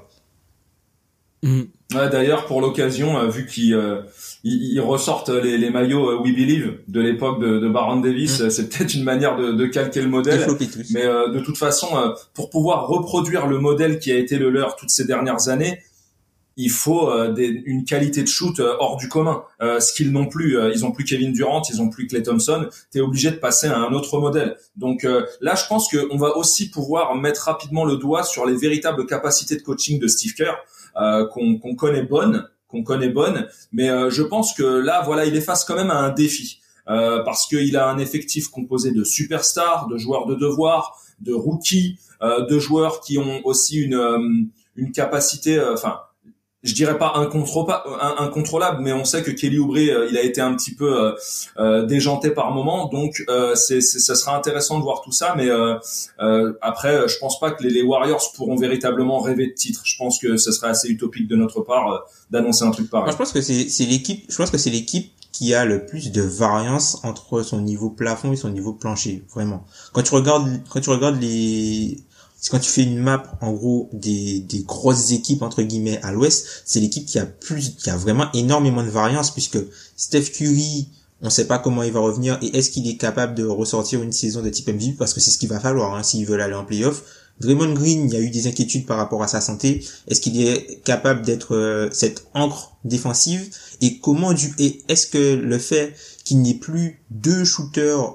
Mmh. Ouais, d'ailleurs, pour l'occasion, euh, vu qu'ils euh, ils, ils ressortent les, les maillots euh, We Believe de l'époque de, de Baron Davis, mmh. c'est peut-être une manière de, de calquer le modèle. Mais euh, de toute façon, euh, pour pouvoir reproduire le modèle qui a été le leur toutes ces dernières années, il faut euh, des, une qualité de shoot euh, hors du commun. Euh, ce qu'ils n'ont plus, euh, ils ont plus Kevin Durant, ils ont plus Klay Thompson. T'es obligé de passer à un autre modèle. Donc euh, là, je pense qu'on va aussi pouvoir mettre rapidement le doigt sur les véritables capacités de coaching de Steve Kerr. Euh, qu'on, qu'on connaît bonne, qu'on connaît bonne, mais euh, je pense que là, voilà, il est face quand même à un défi euh, parce qu'il a un effectif composé de superstars, de joueurs de devoir, de rookies, euh, de joueurs qui ont aussi une euh, une capacité, enfin. Euh, je dirais pas incontrôlable, mais on sait que Kelly Oubre, euh, il a été un petit peu euh, euh, déjanté par moment, donc euh, c'est, c'est, ça sera intéressant de voir tout ça. Mais euh, euh, après, je pense pas que les, les Warriors pourront véritablement rêver de titre. Je pense que ce serait assez utopique de notre part euh, d'annoncer un truc pareil. Moi, je pense que c'est, c'est l'équipe. Je pense que c'est l'équipe qui a le plus de variance entre son niveau plafond et son niveau plancher. Vraiment. Quand tu regardes, quand tu regardes les c'est quand tu fais une map, en gros, des, des grosses équipes, entre guillemets, à l'ouest, c'est l'équipe qui a plus, qui a vraiment énormément de variance, puisque Steph Curry, on sait pas comment il va revenir, et est-ce qu'il est capable de ressortir une saison de type M V P, parce que c'est ce qu'il va falloir, hein, s'ils veulent aller en playoff. Draymond Green, il y a eu des inquiétudes par rapport à sa santé. Est-ce qu'il est capable d'être euh, cette ancre défensive? Et comment du, et est-ce que le fait qu'il n'y ait plus deux shooters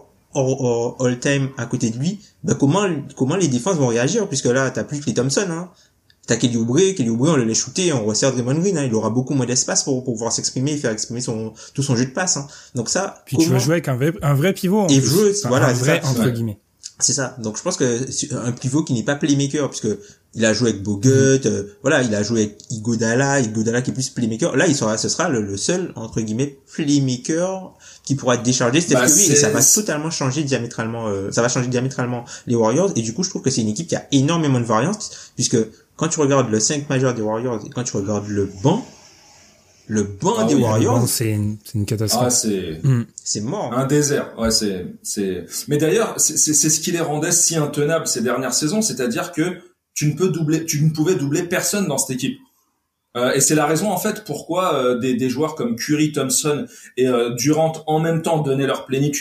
all time à côté de lui, ben comment comment les défenses vont réagir, puisque là t'as plus Klay Thompson, hein, t'as Kelly Oubre, Kelly Oubre on le laisse shooter, on resserre Draymond Green, hein, il aura beaucoup moins d'espace pour, pour pouvoir s'exprimer et faire exprimer son tout son jeu de passe, hein. Donc ça, puis comment... tu vas jouer avec un vrai un vrai pivot, en et plus. Jouer, enfin, voilà, un vrai ça, entre ouais. guillemets. C'est ça. Donc je pense que un pivot qui n'est pas playmaker, puisque il a joué avec Bogut, mmh. euh, voilà, il a joué avec Iguodala, Iguodala qui est plus playmaker. Là, il sera, ce sera le, le seul entre guillemets playmaker qui pourra décharger Steph bah, Curry, et ça va totalement changer diamétralement, euh, ça va changer diamétralement les Warriors. Et du coup, je trouve que c'est une équipe qui a énormément de variance, puisque quand tu regardes le cinq majeur des Warriors et quand tu regardes le banc, le banc ah des oui, Warriors, banc, c'est une, c'est une catastrophe. Ah, c'est, mm. c'est mort. Un désert. Ouais, c'est, c'est, mais d'ailleurs, c'est, c'est, c'est ce qui les rendait si intenables ces dernières saisons, c'est-à-dire que tu ne peux doubler, tu ne pouvais doubler personne dans cette équipe. Euh, et c'est la raison, en fait, pourquoi euh, des, des joueurs comme Curry, Thompson et euh, Durant en même temps donnaient leur plénitude,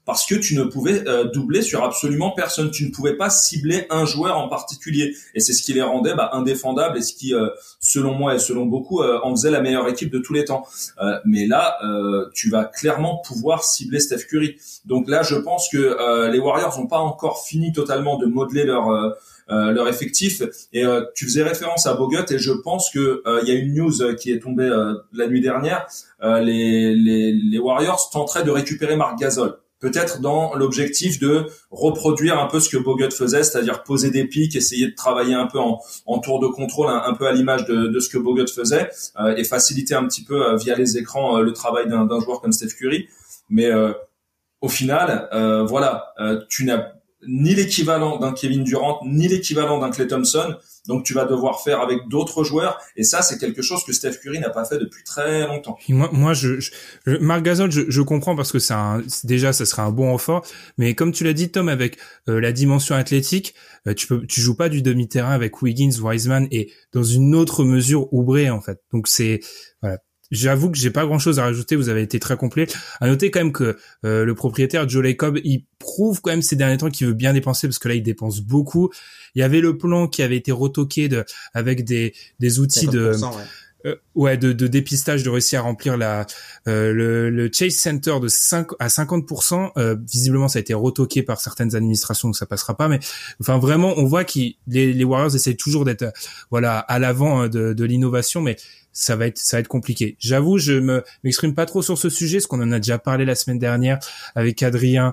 parce que tu ne pouvais euh, doubler sur absolument personne. Tu ne pouvais pas cibler un joueur en particulier. Et c'est ce qui les rendait bah, indéfendables et ce qui, euh, selon moi et selon beaucoup, euh, en faisait la meilleure équipe de tous les temps. Euh, mais là, euh, tu vas clairement pouvoir cibler Steph Curry. Donc là, je pense que euh, les Warriors n'ont pas encore fini totalement de modeler leur... Euh, Euh, leur effectif. Et euh, tu faisais référence à Bogut et je pense que euh, il y a une news qui est tombée euh, la nuit dernière. Euh, les, les, les Warriors tenteraient de récupérer Marc Gasol. Peut-être dans l'objectif de reproduire un peu ce que Bogut faisait, c'est-à-dire poser des pics, essayer de travailler un peu en, en tour de contrôle, un, un peu à l'image de, de ce que Bogut faisait, euh, et faciliter un petit peu euh, via les écrans euh, le travail d'un, d'un joueur comme Steph Curry. Mais euh, au final, euh, voilà, euh, tu n'as ni l'équivalent d'un Kevin Durant, ni l'équivalent d'un Klay Thompson. Donc, tu vas devoir faire avec d'autres joueurs. Et ça, c'est quelque chose que Steph Curry n'a pas fait depuis très longtemps. Et moi, moi, je, je, je Marc Gasol, je, je comprends parce que c'est un, déjà, ça serait un bon renfort. Mais comme tu l'as dit, Tom, avec euh, la dimension athlétique, euh, tu peux, tu joues pas du demi-terrain avec Wiggins, Wiseman et dans une autre mesure Oubre, en fait. Donc, c'est, voilà. J'avoue que j'ai pas grand chose à rajouter, vous avez été très complet. À noter quand même que euh, le propriétaire Joe Lacob, il prouve quand même ces derniers temps qu'il veut bien dépenser parce que là il dépense beaucoup. Il y avait le plan qui avait été retoqué de avec des des outils de ouais. Euh, ouais, de, de dépistage, de réussir à remplir la euh, le, le Chase Center de cinq à cinquante pour cent. Euh, visiblement, ça a été retoqué par certaines administrations, donc ça passera pas. Mais enfin, vraiment, on voit que les, les Warriors essayent toujours d'être voilà à l'avant de, de l'innovation, mais ça va être ça va être compliqué. J'avoue, je me m'exprime pas trop sur ce sujet, parce qu'on en a déjà parlé la semaine dernière avec Adrien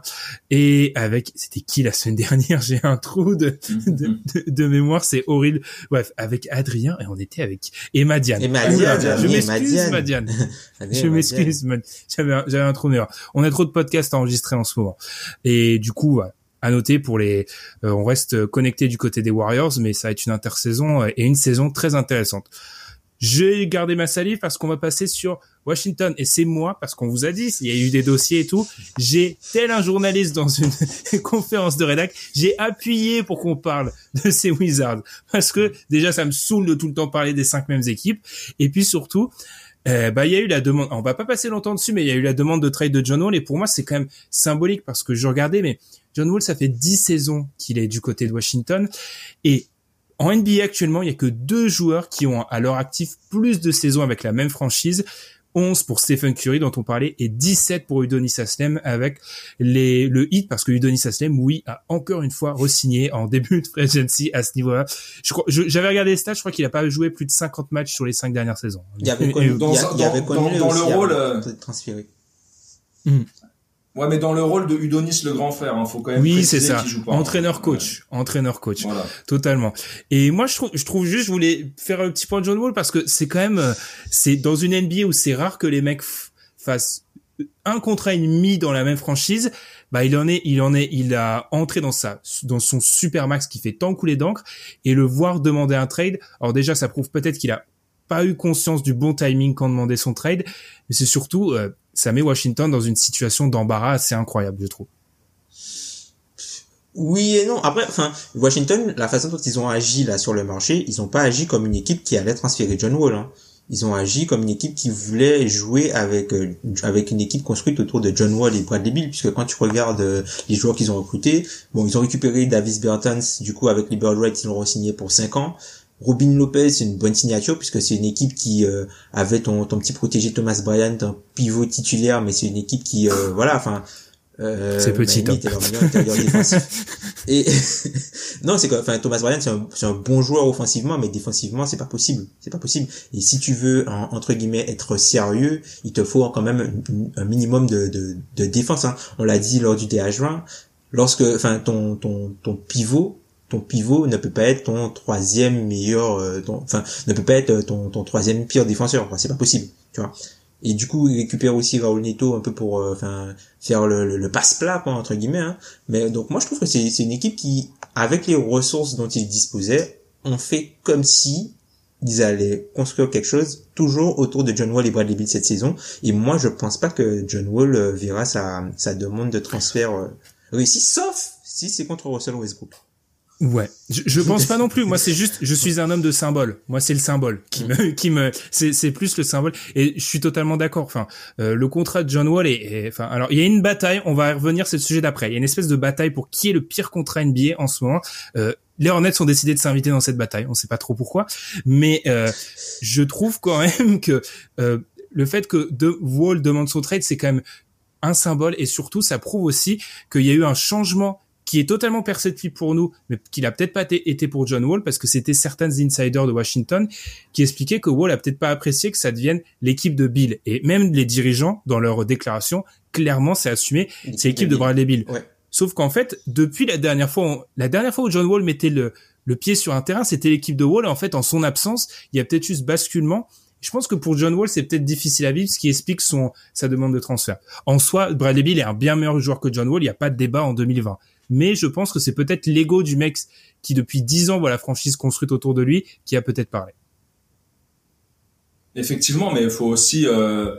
et avec c'était qui la semaine dernière. J'ai un trou de de, de, de mémoire, c'est horrible. Bref, avec Adrien et on était avec Emma Diane. Emma Diane, je m'excuse, Madiane. Je m'excuse, Madiane. J'avais un, j'avais un trou de mémoire. On a trop de podcasts à enregistrer en ce moment. Et du coup, voilà. À noter pour les, euh, on reste connecté du côté des Warriors, mais ça va être une intersaison et une saison très intéressante. J'ai gardé ma salive parce qu'on va passer sur Washington et c'est moi, parce qu'on vous a dit, il y a eu des dossiers et tout, j'ai, tel un journaliste dans une conférence de rédac, j'ai appuyé pour qu'on parle de ces Wizards parce que déjà ça me saoule de tout le temps parler des cinq mêmes équipes et puis surtout, euh, bah il y a eu la demande, on va pas passer longtemps dessus, mais il y a eu la demande de trade de John Wall et pour moi c'est quand même symbolique parce que je regardais, mais John Wall ça fait dix saisons qu'il est du côté de Washington et en N B A actuellement, il y a que deux joueurs qui ont à leur actif plus de saisons avec la même franchise. onze pour Stephen Curry dont on parlait et dix-sept pour Udonis Haslem avec les, le Heat parce que Udonis Haslem, oui, a encore une fois re-signé en début de free agency à ce niveau-là. Je crois, je, j'avais regardé les stats, je crois qu'il a pas joué plus de cinquante matchs sur les cinq dernières saisons. Il y avait connu, dans, il y a, il y avait dans, connu dans, dans aussi le rôle, euh, transféré. Mmh. Ouais, mais dans le rôle de Udonis le grand frère, hein, faut quand même oui, préciser c'est ça. qu'il joue pas. Entraîneur coach, ouais. entraîneur coach, voilà. Totalement. Et moi, je trouve, je trouve juste, je voulais faire un petit point de John Wall parce que c'est quand même, c'est dans une N B A où c'est rare que les mecs f- fassent un contrat et demi dans la même franchise. Bah, il en est, il en est, il a entré dans sa, dans son super max qui fait tant couler d'encre et le voir demander un trade. Alors déjà, ça prouve peut-être qu'il a pas eu conscience du bon timing quand demandait son trade, mais c'est surtout, euh, ça met Washington dans une situation d'embarras assez incroyable, je trouve. Oui et non. Après, enfin, Washington, la façon dont ils ont agi là sur le marché, ils ont pas agi comme une équipe qui allait transférer John Wall. Hein. Ils ont agi comme une équipe qui voulait jouer avec euh, avec une équipe construite autour de John Wall et Bradley Beal, puisque quand tu regardes euh, les joueurs qu'ils ont recrutés, bon, ils ont récupéré Davis Bertans, du coup avec les Bird Rights, ils l'ont re-signé pour cinq ans. Robin Lopez, c'est une bonne signature puisque c'est une équipe qui euh, avait ton ton petit protégé Thomas Bryant, un pivot titulaire, mais c'est une équipe qui euh, voilà, enfin euh, c'est petit, bah, leur meilleur intérieur défensif. Et non, c'est que enfin Thomas Bryant c'est un c'est un bon joueur offensivement, mais défensivement c'est pas possible, c'est pas possible. Et si tu veux en, entre guillemets être sérieux, il te faut quand même un, un minimum de de de défense. Hein. On l'a dit lors du D H vingt, lorsque enfin ton ton ton pivot ton pivot ne peut pas être ton troisième meilleur, euh, ton, enfin, ne peut pas être ton, ton troisième pire défenseur, quoi. C'est pas possible, tu vois. Et du coup, il récupère aussi Raul Neto un peu pour, euh, enfin, faire le, le, le passe-plat, quoi, entre guillemets, hein. Mais donc, moi, je trouve que c'est, c'est une équipe qui, avec les ressources dont ils disposaient, ont fait comme si ils allaient construire quelque chose toujours autour de John Wall et Bradley Beal cette saison. Et moi, je pense pas que John Wall euh, verra sa, sa demande de transfert euh, réussie, sauf si c'est contre Russell Westbrook. Ouais, je, je pense pas non plus. Moi, c'est juste, je suis un homme de symbole. Moi, c'est le symbole qui me, qui me, c'est, c'est plus le symbole. Et je suis totalement d'accord. Enfin, euh, le contrat de John Wall est, est, enfin, alors il y a une bataille. On va revenir, c'est le sujet d'après. Il y a une espèce de bataille pour qui est le pire contrat N B A en ce moment. Euh, les Hornets ont décidé de s'inviter dans cette bataille. On sait pas trop pourquoi, mais euh, je trouve quand même que euh, le fait que de Wall demande son trade, c'est quand même un symbole, et surtout, ça prouve aussi qu'il y a eu un changement qui est totalement perceptible pour nous, mais qui n'a peut-être pas été pour John Wall, parce que c'était certains insiders de Washington qui expliquaient que Wall a peut-être pas apprécié que ça devienne l'équipe de Bill. Et même les dirigeants, dans leur déclaration, clairement, c'est assumé, c'est l'équipe de Bradley Beal. Ouais. Sauf qu'en fait, depuis la dernière fois, on, la dernière fois où John Wall mettait le, le pied sur un terrain, c'était l'équipe de Wall, et en fait, en son absence, il y a peut-être eu ce basculement. Je pense que pour John Wall, c'est peut-être difficile à vivre, ce qui explique son, sa demande de transfert. En soi, Bradley Beal est un bien meilleur joueur que John Wall, il n'y a pas de débat en deux mille vingt. Mais je pense que c'est peut-être l'ego du mec qui, depuis dix ans, voit la franchise construite autour de lui, qui a peut-être parlé. Effectivement, mais il faut aussi, euh,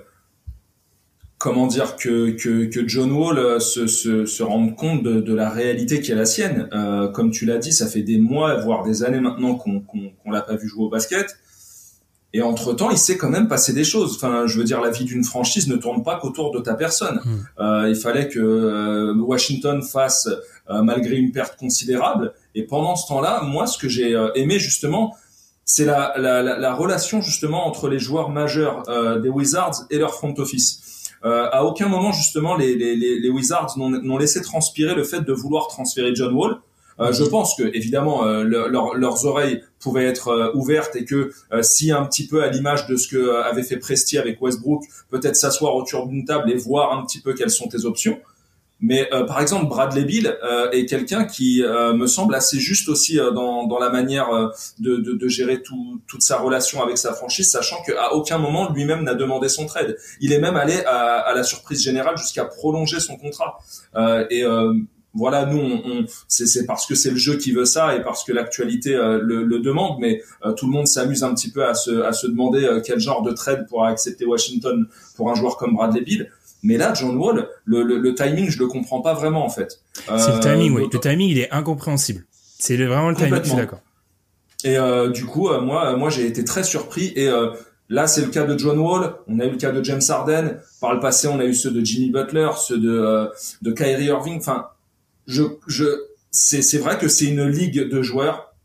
comment dire, que, que, que John Wall se, se, se rende compte de, de la réalité qui est la sienne. Euh, comme tu l'as dit, ça fait des mois, voire des années maintenant qu'on, qu'on, qu'on l'a pas vu jouer au basket. Et entre-temps, il s'est quand même passé des choses. Enfin, je veux dire, la vie d'une franchise ne tourne pas qu'autour de ta personne. Mmh. Euh, il fallait que euh, Washington fasse, euh, malgré une perte considérable. Et pendant ce temps-là, moi, ce que j'ai euh, aimé, justement, c'est la, la, la, la relation, justement, entre les joueurs majeurs euh, des Wizards et leur front office. Euh, à aucun moment, justement, les, les, les Wizards n'ont, n'ont laissé transpirer le fait de vouloir transférer John Wall. Euh, je pense que évidemment euh, le, leur, leurs oreilles pouvaient être euh, ouvertes, et que euh, si un petit peu à l'image de ce que euh, avait fait Presti avec Westbrook, peut-être s'asseoir autour d'une table et voir un petit peu quelles sont tes options. Mais euh, par exemple, Bradley Beal euh, est quelqu'un qui euh, me semble assez juste aussi euh, dans, dans la manière euh, de, de, de gérer tout, toute sa relation avec sa franchise, sachant qu'à aucun moment lui-même n'a demandé son trade. Il est même allé à, à la surprise générale jusqu'à prolonger son contrat. Euh, et euh, Voilà, nous, on, on, c'est, c'est parce que c'est le jeu qui veut ça, et parce que l'actualité euh, le, le demande, mais euh, tout le monde s'amuse un petit peu à se, à se demander euh, quel genre de trade pourra accepter Washington pour un joueur comme Bradley Beal. Mais là, John Wall, le, le, le timing, je le comprends pas vraiment en fait. Euh, c'est le timing, oui. Le timing, il est incompréhensible. C'est le, vraiment le timing, je suis d'accord. Et euh, du coup, euh, moi, moi, j'ai été très surpris. Et euh, là, c'est le cas de John Wall. On a eu le cas de James Harden. Par le passé, on a eu ceux de Jimmy Butler, ceux de euh, de Kyrie Irving. Enfin. Je, je, c'est, c'est vrai que c'est une ligue de joueurs.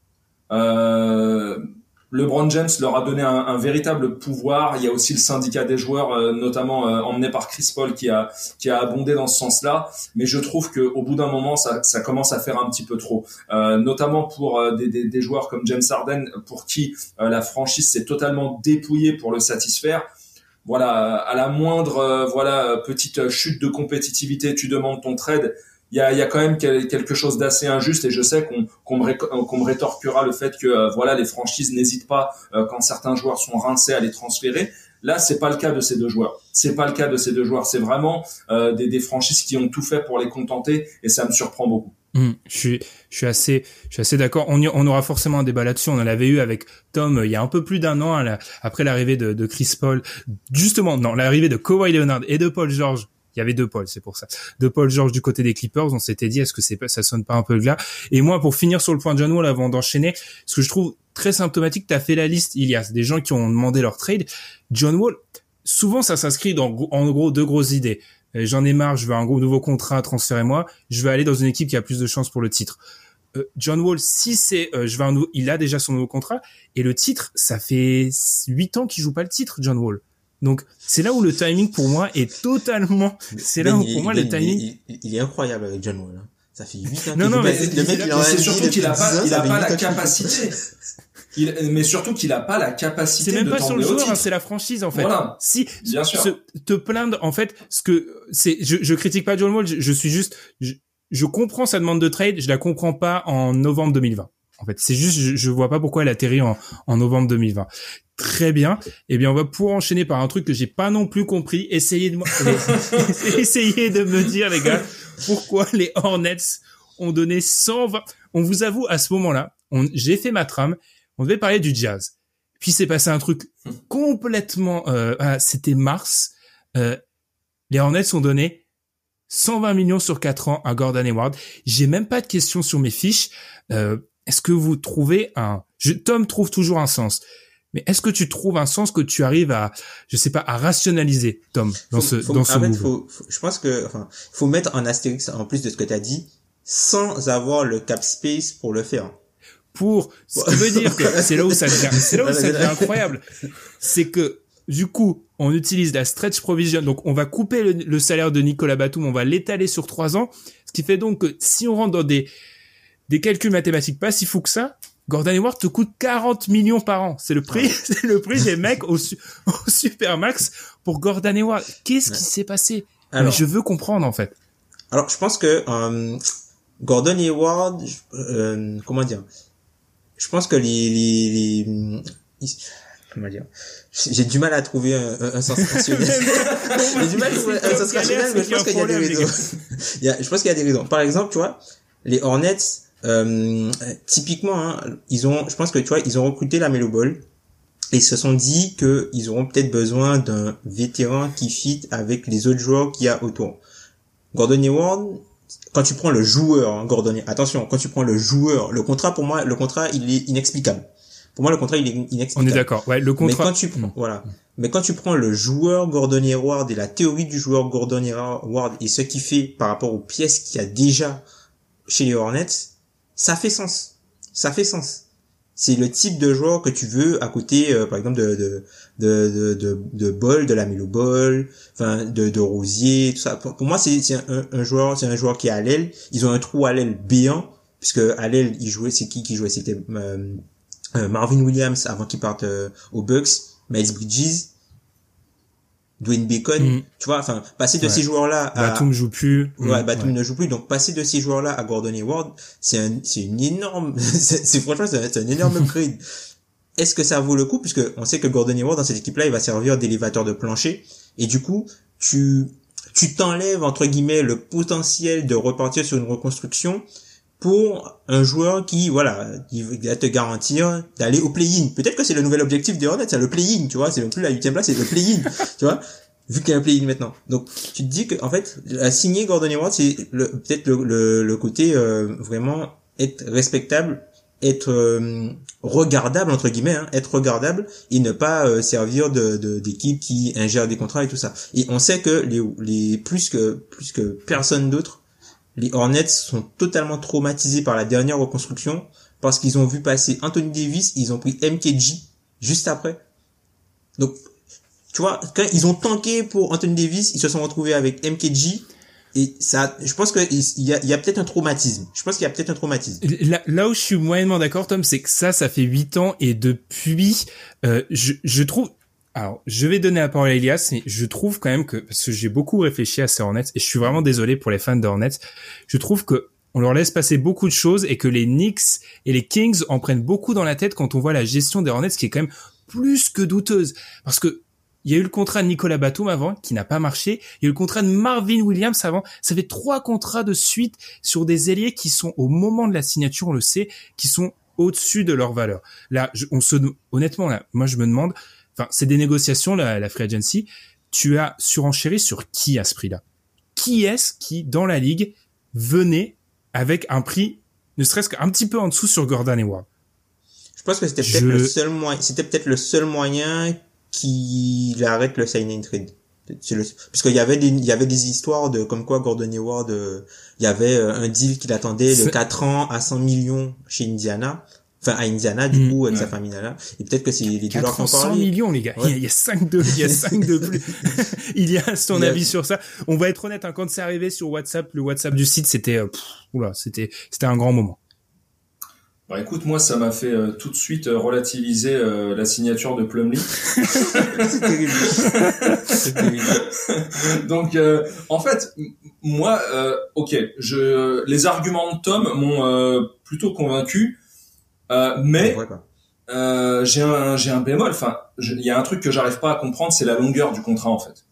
Euh, LeBron James leur a donné un, un véritable pouvoir. Il y a aussi le syndicat des joueurs, euh, notamment euh, emmené par Chris Paul, qui a, qui a abondé dans ce sens-là. Mais je trouve que au bout d'un moment, ça, ça commence à faire un petit peu trop. Euh, notamment pour euh, des, des, des joueurs comme James Harden, pour qui euh, la franchise s'est totalement dépouillée pour le satisfaire. Voilà, à la moindre, euh, voilà, petite chute de compétitivité, tu demandes ton trade. Il y a, il y a quand même quelque chose d'assez injuste, et je sais qu'on, qu'on, me, ré, qu'on me rétorquera le fait que euh, voilà, les franchises n'hésitent pas euh, quand certains joueurs sont rincés à les transférer. Là, c'est pas le cas de ces deux joueurs. C'est pas le cas de ces deux joueurs. C'est vraiment euh, des, des franchises qui ont tout fait pour les contenter, et ça me surprend beaucoup. Mmh, je suis, je suis assez, je suis assez d'accord. On, y, on aura forcément un débat là-dessus. On en avait eu avec Tom euh, il y a un peu plus d'un an, à la, après l'arrivée de, de Chris Paul. Justement, non, l'arrivée de Kawhi Leonard et de Paul George. Il y avait deux Paul, c'est pour ça. De Paul George du côté des Clippers, on s'était dit, est-ce que c'est pas, ça sonne pas un peu le glas? Et moi, pour finir sur le point de John Wall, avant d'enchaîner, ce que je trouve très symptomatique, t'as fait la liste, Ilias, des gens qui ont demandé leur trade. John Wall, souvent, ça s'inscrit dans, en gros, deux grosses idées. J'en ai marre, je veux un gros nouveau contrat, transférez-moi. Je veux aller dans une équipe qui a plus de chances pour le titre. Euh, John Wall, si c'est, euh, je veux un nouveau, il a déjà son nouveau contrat, et le titre, ça fait huit ans qu'il joue pas le titre, John Wall. Donc, c'est là où le timing, pour moi, est totalement, c'est là où, pour moi, le timing... Il, il, il est incroyable avec John Wall. Ça fait huit ans. Non, non, mais le mec, il en a c'est surtout qu'il a pas, il a pas la capacité. Il, mais surtout qu'il a pas la capacité de c'est même pas sur le joueur, hein, c'est la franchise, en fait. Voilà. Si, bien sûr. Se, te plaindre, en fait, ce que, c'est, je, je critique pas John Wall, je, je suis juste, je, je comprends sa demande de trade, je la comprends pas en novembre deux mille vingt. En fait, c'est juste, je, je vois pas pourquoi elle atterrit en, en novembre deux mille vingt. Très bien. Eh bien, on va pouvoir enchaîner par un truc que j'ai pas non plus compris. Essayez de moi, essayez de me dire, les gars, pourquoi les Hornets ont donné cent vingt, on vous avoue, à ce moment-là, on, j'ai fait ma trame, on devait parler du Jazz. Puis c'est passé un truc complètement, euh, ah, c'était mars, euh, les Hornets ont donné cent vingt millions sur quatre ans à Gordon Hayward. J'ai même pas de questions sur mes fiches. Euh, est-ce que vous trouvez un, je, Tom trouve toujours un sens. Mais est-ce que tu trouves un sens que tu arrives à, je sais pas, à rationaliser, Tom, dans faut, ce, faut, dans ce en fait, move? Faut, faut, je pense que, enfin, faut mettre en astérix en plus de ce que t'as dit, sans avoir le cap space pour le faire. Pour, ce qui veut dire que c'est là où ça devient, c'est là où ça devient incroyable. C'est que, du coup, on utilise la stretch provision. Donc, on va couper le, le salaire de Nicolas Batum, on va l'étaler sur trois ans. Ce qui fait donc que si on rentre dans des, des calculs mathématiques pas si fous que ça, Gordon Hayward te coûte quarante millions par an. C'est le prix, ouais. c'est le prix des mecs au, su, au Supermax pour Gordon Hayward. Qu'est-ce ouais. qui s'est passé? Alors, mais je veux comprendre, en fait. Alors, je pense que, euh, Gordon Hayward, euh, comment dire? Je pense que les, les, les, les comment dire? J'ai du mal à trouver un, un, un sens rationnel. J'ai du mal à trouver un sens rationnel, mais je pense qu'il y a des raisons. Il y a, je pense qu'il y a des raisons. Par exemple, tu vois, les Hornets, euh, typiquement, hein, ils ont, je pense que tu vois, ils ont recruté la Melo Ball et ils se sont dit que ils auront peut-être besoin d'un vétéran qui fit avec les autres joueurs qu'il y a autour. Gordon Hayward, quand tu prends le joueur, hein, Gordon, attention, quand tu prends le joueur, le contrat pour moi, le contrat il est inexplicable. Pour moi, le contrat il est inexplicable. On est d'accord. Ouais, le contrat. Mais quand tu prends, voilà. Mais quand tu prends le joueur Gordon Hayward et la théorie du joueur Gordon Hayward et ce qu'il fait par rapport aux pièces qu'il y a déjà chez les Hornets, ça fait sens. Ça fait sens. C'est le type de joueur que tu veux à côté, euh, par exemple, de, de, de, de, de, de Ball, de la Melo Ball, enfin, de, de Rosier, tout ça. Pour, pour moi, c'est, c'est un, un joueur, c'est un joueur qui est à l'aile. Ils ont un trou à l'aile béant, puisque à l'aile, il jouait, c'est qui qui jouait? C'était, euh, euh, Marvin Williams avant qu'il parte, euh, aux Bucks, Miles Bridges, Dwayne Bacon, mmh. tu vois, enfin, passer de ouais. ces joueurs-là à... Batum joue plus. Ouais, Batum ouais. ne joue plus, donc passer de ces joueurs-là à Gordon Hayward, c'est un, c'est une énorme, c'est, c'est franchement, c'est un, c'est un énorme upgrade. Est-ce que ça vaut le coup? Puisque on sait que Gordon Hayward, dans cette équipe-là, il va servir d'élévateur de plancher, et du coup, tu, tu t'enlèves, entre guillemets, le potentiel de repartir sur une reconstruction pour un joueur qui, voilà, il va te garantir d'aller au play-in. Peut-être que c'est le nouvel objectif des Hornets, c'est le play-in, tu vois, c'est même plus la huitième place, c'est le play-in, tu vois, vu qu'il y a un play-in maintenant. Donc, tu te dis que, en fait, à signer Gordon Hayward, c'est le, peut-être le, le, le côté, euh, vraiment être respectable, être, euh, regardable, entre guillemets, hein, être regardable et ne pas, euh, servir de, de, d'équipe qui ingère des contrats et tout ça. Et on sait que les, les, plus que, plus que personne d'autre, les Hornets sont totalement traumatisés par la dernière reconstruction parce qu'ils ont vu passer Anthony Davis, ils ont pris M K G juste après. Donc, tu vois, quand ils ont tanké pour Anthony Davis, ils se sont retrouvés avec M K G et ça, je pense que il y a, il y a peut-être un traumatisme. Je pense qu'il y a peut-être un traumatisme. Là, là où je suis moyennement d'accord, Tom, c'est que ça, ça fait huit ans et depuis, euh, je, je trouve. Alors, je vais donner la parole à Elias, mais je trouve quand même que, parce que j'ai beaucoup réfléchi à ces Hornets, et je suis vraiment désolé pour les fans de Hornets, je trouve que on leur laisse passer beaucoup de choses et que les Knicks et les Kings en prennent beaucoup dans la tête quand on voit la gestion des Hornets qui est quand même plus que douteuse. Parce que il y a eu le contrat de Nicolas Batum avant, qui n'a pas marché. Il y a eu le contrat de Marvin Williams avant. Ça fait trois contrats de suite sur des ailiers qui sont, au moment de la signature, on le sait, qui sont au-dessus de leur valeur. Là, je, on se, honnêtement, là, moi, je me demande, enfin, c'est des négociations, la, la free agency. Tu as surenchéri sur qui à ce prix-là? Qui est-ce qui, dans la ligue, venait avec un prix, ne serait-ce qu'un petit peu en dessous sur Gordon Hayward? Je pense que c'était peut-être Je... le seul moyen, c'était peut-être le seul moyen qu'il arrête le sign and trade. C'est le, parce qu'il y avait des, il y avait des histoires de, comme quoi Gordon Hayward, euh, il y avait un deal qu'il attendait de c'est... quatre ans à cent millions chez Indiana. Enfin, à Indiana, du mmh, coup, avec ouais. sa famille là. Et peut-être que c'est les dollars qui en parlent. cent millions, les gars. Ouais. Il y a cinq de, il y a cinq de plus. Il y a ton avis a... sur ça. On va être honnête, hein, quand c'est arrivé sur WhatsApp, le WhatsApp du site, c'était, euh, pff, oula, c'était, c'était un grand moment. Bah écoute, moi ça m'a fait euh, tout de suite euh, relativiser euh, la signature de Plumlee. C'est terrible. C'est terrible. Donc euh, en fait, m- moi, euh, ok, je, les arguments de Tom m'ont euh, plutôt convaincu, euh, mais euh, j'ai un j'ai un bémol. Enfin, il y a un truc que j'arrive pas à comprendre, c'est la longueur du contrat en fait.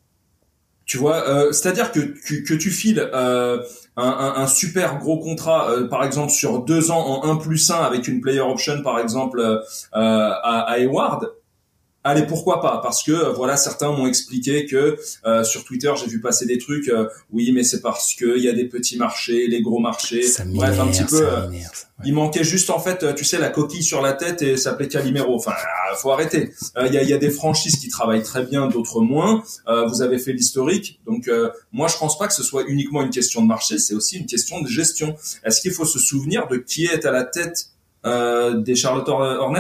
Tu vois, euh, c'est-à-dire que, que que tu files euh, un, un, un super gros contrat, euh, par exemple sur deux ans en un plus un avec une player option, par exemple euh, à, à Hayward. allez, pourquoi pas? Parce que euh, voilà, certains m'ont expliqué que euh, sur Twitter, j'ai vu passer des trucs. Euh, oui, mais c'est parce que il y a des petits marchés, les gros marchés. Ça Bref, un petit peu. Ça Euh, il manquait juste en fait, tu sais, la coquille sur la tête et ça s'appelait Calimero. Enfin, faut arrêter. Il euh, y, a, y a des franchises qui travaillent très bien, d'autres moins. Euh, vous avez fait l'historique, donc euh, moi je pense pas que ce soit uniquement une question de marché, c'est aussi une question de gestion. Est-ce qu'il faut se souvenir de qui est à la tête euh, des Charlotte Hornets?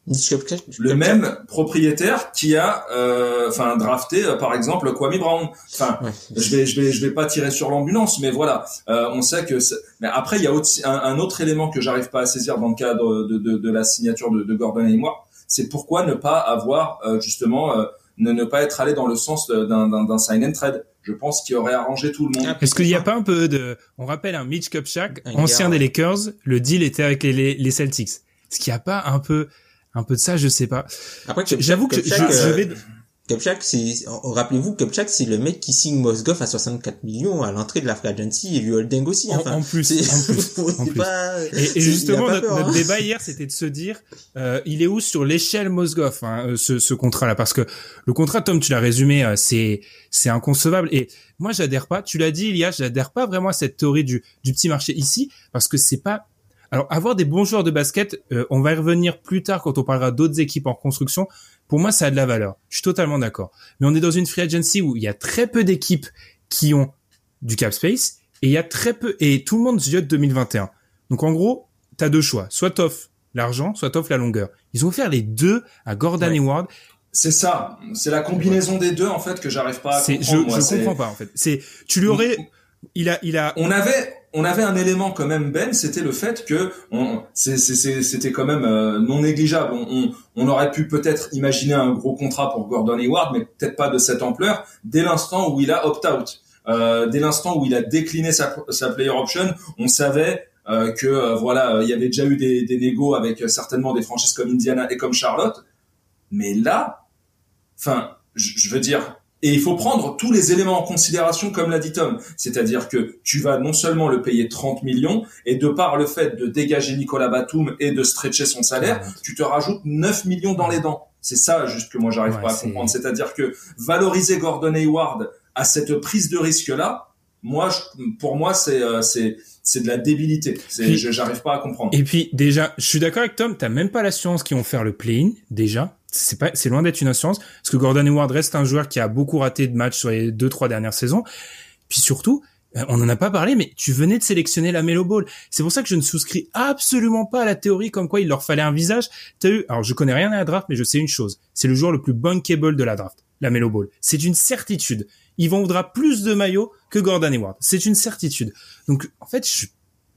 Le même propriétaire qui a, euh, enfin, drafté, euh, par exemple, Kwame Brown. Enfin, ouais. je vais, je vais, je vais pas tirer sur l'ambulance, mais voilà, euh, on sait que. C'est... Mais après, il y a aussi un, un autre élément que j'arrive pas à saisir dans le cadre de, de, de la signature de, de Gordon Hayward, c'est pourquoi ne pas avoir euh, justement, euh, ne, ne pas être allé dans le sens d'un, d'un, d'un sign and trade. Je pense qu'il aurait arrangé tout le monde. Est-ce qu'il n'y a pas un peu de, on rappelle un Mitch Kupchak, ancien des Lakers, le deal était avec les, les Celtics. Est-ce qu'il n'y a pas un peu Un peu de ça, je sais pas. Après, j'avoue que Kupchak, je, je vais. Kupchak, c'est, rappelez-vous, Kupchak, c'est le mec qui signe Mozgov à soixante-quatre millions à l'entrée de la free agency et lui Holding aussi. En, enfin, en plus, en plus, en plus. Pas, et, et justement, notre, peur, notre hein. débat hier, c'était de se dire, euh, il est où sur l'échelle Mozgov, hein, ce, ce contrat-là, parce que le contrat, Tom, tu l'as résumé, c'est, c'est inconcevable. Et moi, j'adhère pas. Tu l'as dit, Ilia, j'adhère pas vraiment à cette théorie du, du petit marché ici, parce que c'est pas. Alors, avoir des bons joueurs de basket, euh, on va y revenir plus tard quand on parlera d'autres équipes en construction. Pour moi, ça a de la valeur. Je suis totalement d'accord. Mais on est dans une free agency où il y a très peu d'équipes qui ont du cap space et il y a très peu, et tout le monde ziote deux mille vingt et un. Donc, en gros, t'as deux choix. Soit t'offres l'argent, soit t'offres la longueur. Ils ont offert les deux à Gordon ouais. Hayward. C'est ça. C'est la combinaison des deux, en fait, que j'arrive pas à c'est, comprendre. Je, moi, je c'est... comprends pas, en fait. C'est, tu lui aurais, il a, il a. On avait, on avait un élément quand même, Ben, c'était le fait que on, c'est, c'est, c'était quand même euh, non négligeable. On, on, on aurait pu peut-être imaginer un gros contrat pour Gordon Hayward, mais peut-être pas de cette ampleur. Dès l'instant où il a opt-out, euh, dès l'instant où il a décliné sa, sa player option, on savait euh, que euh, voilà, il y avait déjà eu des, des négos avec euh, certainement des franchises comme Indiana et comme Charlotte. Mais là, enfin, je, je veux dire. Et il faut prendre tous les éléments en considération, comme l'a dit Tom. C'est-à-dire que tu vas non seulement le payer trente millions, et de par le fait de dégager Nicolas Batum et de stretcher son salaire, ouais. tu te rajoutes neuf millions dans les dents. C'est ça, juste, que moi, j'arrive ouais, pas à c'est... comprendre. C'est-à-dire que valoriser Gordon Hayward à cette prise de risque-là, moi, je, pour moi, c'est, euh, c'est, c'est de la débilité. C'est, puis, je, j'arrive pas à comprendre. Et puis, déjà, je suis d'accord avec Tom, t'as même pas l'assurance qu'ils vont faire le play-in, déjà. C'est pas, c'est loin d'être une assurance, parce que Gordon Hayward reste un joueur qui a beaucoup raté de matchs sur les deux, trois dernières saisons. Puis surtout, on en a pas parlé, mais tu venais de sélectionner la Melo Ball. C'est pour ça que je ne souscris absolument pas à la théorie comme quoi il leur fallait un visage. T'as eu, alors je connais rien à la draft, mais je sais une chose. C'est le joueur le plus bankable de la draft, la Melo Ball. C'est une certitude. Il vendra plus de maillots que Gordon Hayward. C'est une certitude. Donc, en fait, je,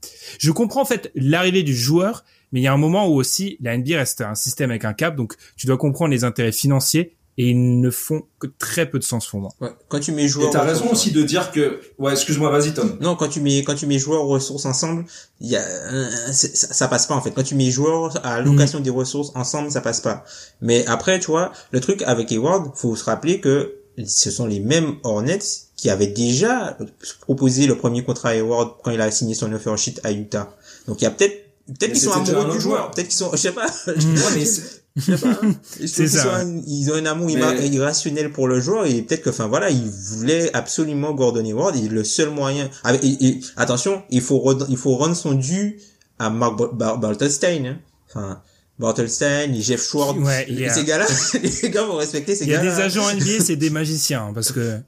je comprends, en fait, l'arrivée du joueur, mais il y a un moment où aussi la N B A reste un système avec un cap, donc tu dois comprendre les intérêts financiers et ils ne font que très peu de sens pour moi. Ouais. Quand tu mets joueurs, et t'as raison aussi de dire que, ouais, excuse-moi, vas-y Tom. Non, quand tu mets quand tu mets joueurs ressources ensemble, il y a ça, ça passe pas en fait. Quand tu mets joueurs à location mmh. des ressources ensemble, ça passe pas. Mais après, tu vois, le truc avec Hayward, faut se rappeler que ce sont les mêmes Hornets qui avaient déjà proposé le premier contrat à Hayward quand il a signé son offer sheet à Utah. Donc il y a peut-être Peut-être mais qu'ils sont amoureux du joueur. joueur. Peut-être qu'ils sont, je sais pas. Mmh. Ouais, mais c'est, je sais pas. Hein. C'est ça. Sont, ils ont un amour mais... irrationnel pour le joueur et peut-être que, enfin voilà, ils voulaient absolument Gordon Hayward et le seul moyen. Avec, et, et, attention, il faut il faut rendre son dû à Mark Bartelstein. Hein. Enfin, Bartelstein, Jeff Schwartz, ouais, a... ces gars-là, les gars vont respecter ces gars-là. Il y a des agents N B A, c'est des magiciens parce que.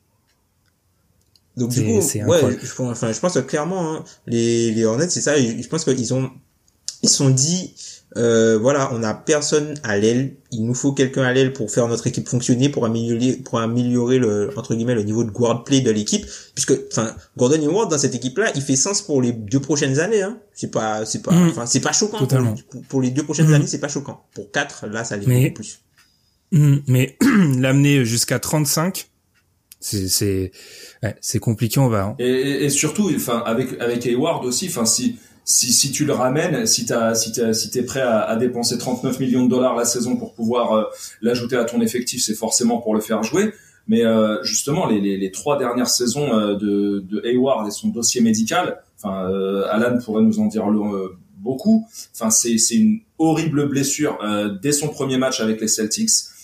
Donc c'est, du coup, c'est ouais, je, enfin, je pense que clairement, hein, les les Hornets, c'est ça. Je pense qu'ils ont Ils se sont dit, euh, voilà, on a personne à l'aile, il nous faut quelqu'un à l'aile pour faire notre équipe fonctionner, pour améliorer, pour améliorer le, entre guillemets, le niveau de guard play de l'équipe, puisque, enfin, Gordon Hayward dans cette équipe-là, il fait sens pour les deux prochaines années, hein. C'est pas, c'est pas, enfin, mmh. c'est pas choquant. Totalement. Pour, pour les deux prochaines mmh. années, c'est pas choquant. Pour quatre, là, ça l'est mais, beaucoup plus. Mmh, mais l'amener jusqu'à trente-cinq, c'est, c'est, ouais, c'est compliqué, on va. Hein. Et, et, et surtout, enfin, avec avec Hayward aussi, enfin, si. Si, si tu le ramènes, si t'as, si t'as, si t'es prêt à, à dépenser trente-neuf millions de dollars la saison pour pouvoir euh, l'ajouter à ton effectif, c'est forcément pour le faire jouer. Mais euh, justement, les, les, les trois dernières saisons euh, de, de Hayward et son dossier médical, enfin, euh, Alan pourrait nous en dire le, euh, beaucoup. Enfin, c'est, c'est une horrible blessure euh, dès son premier match avec les Celtics.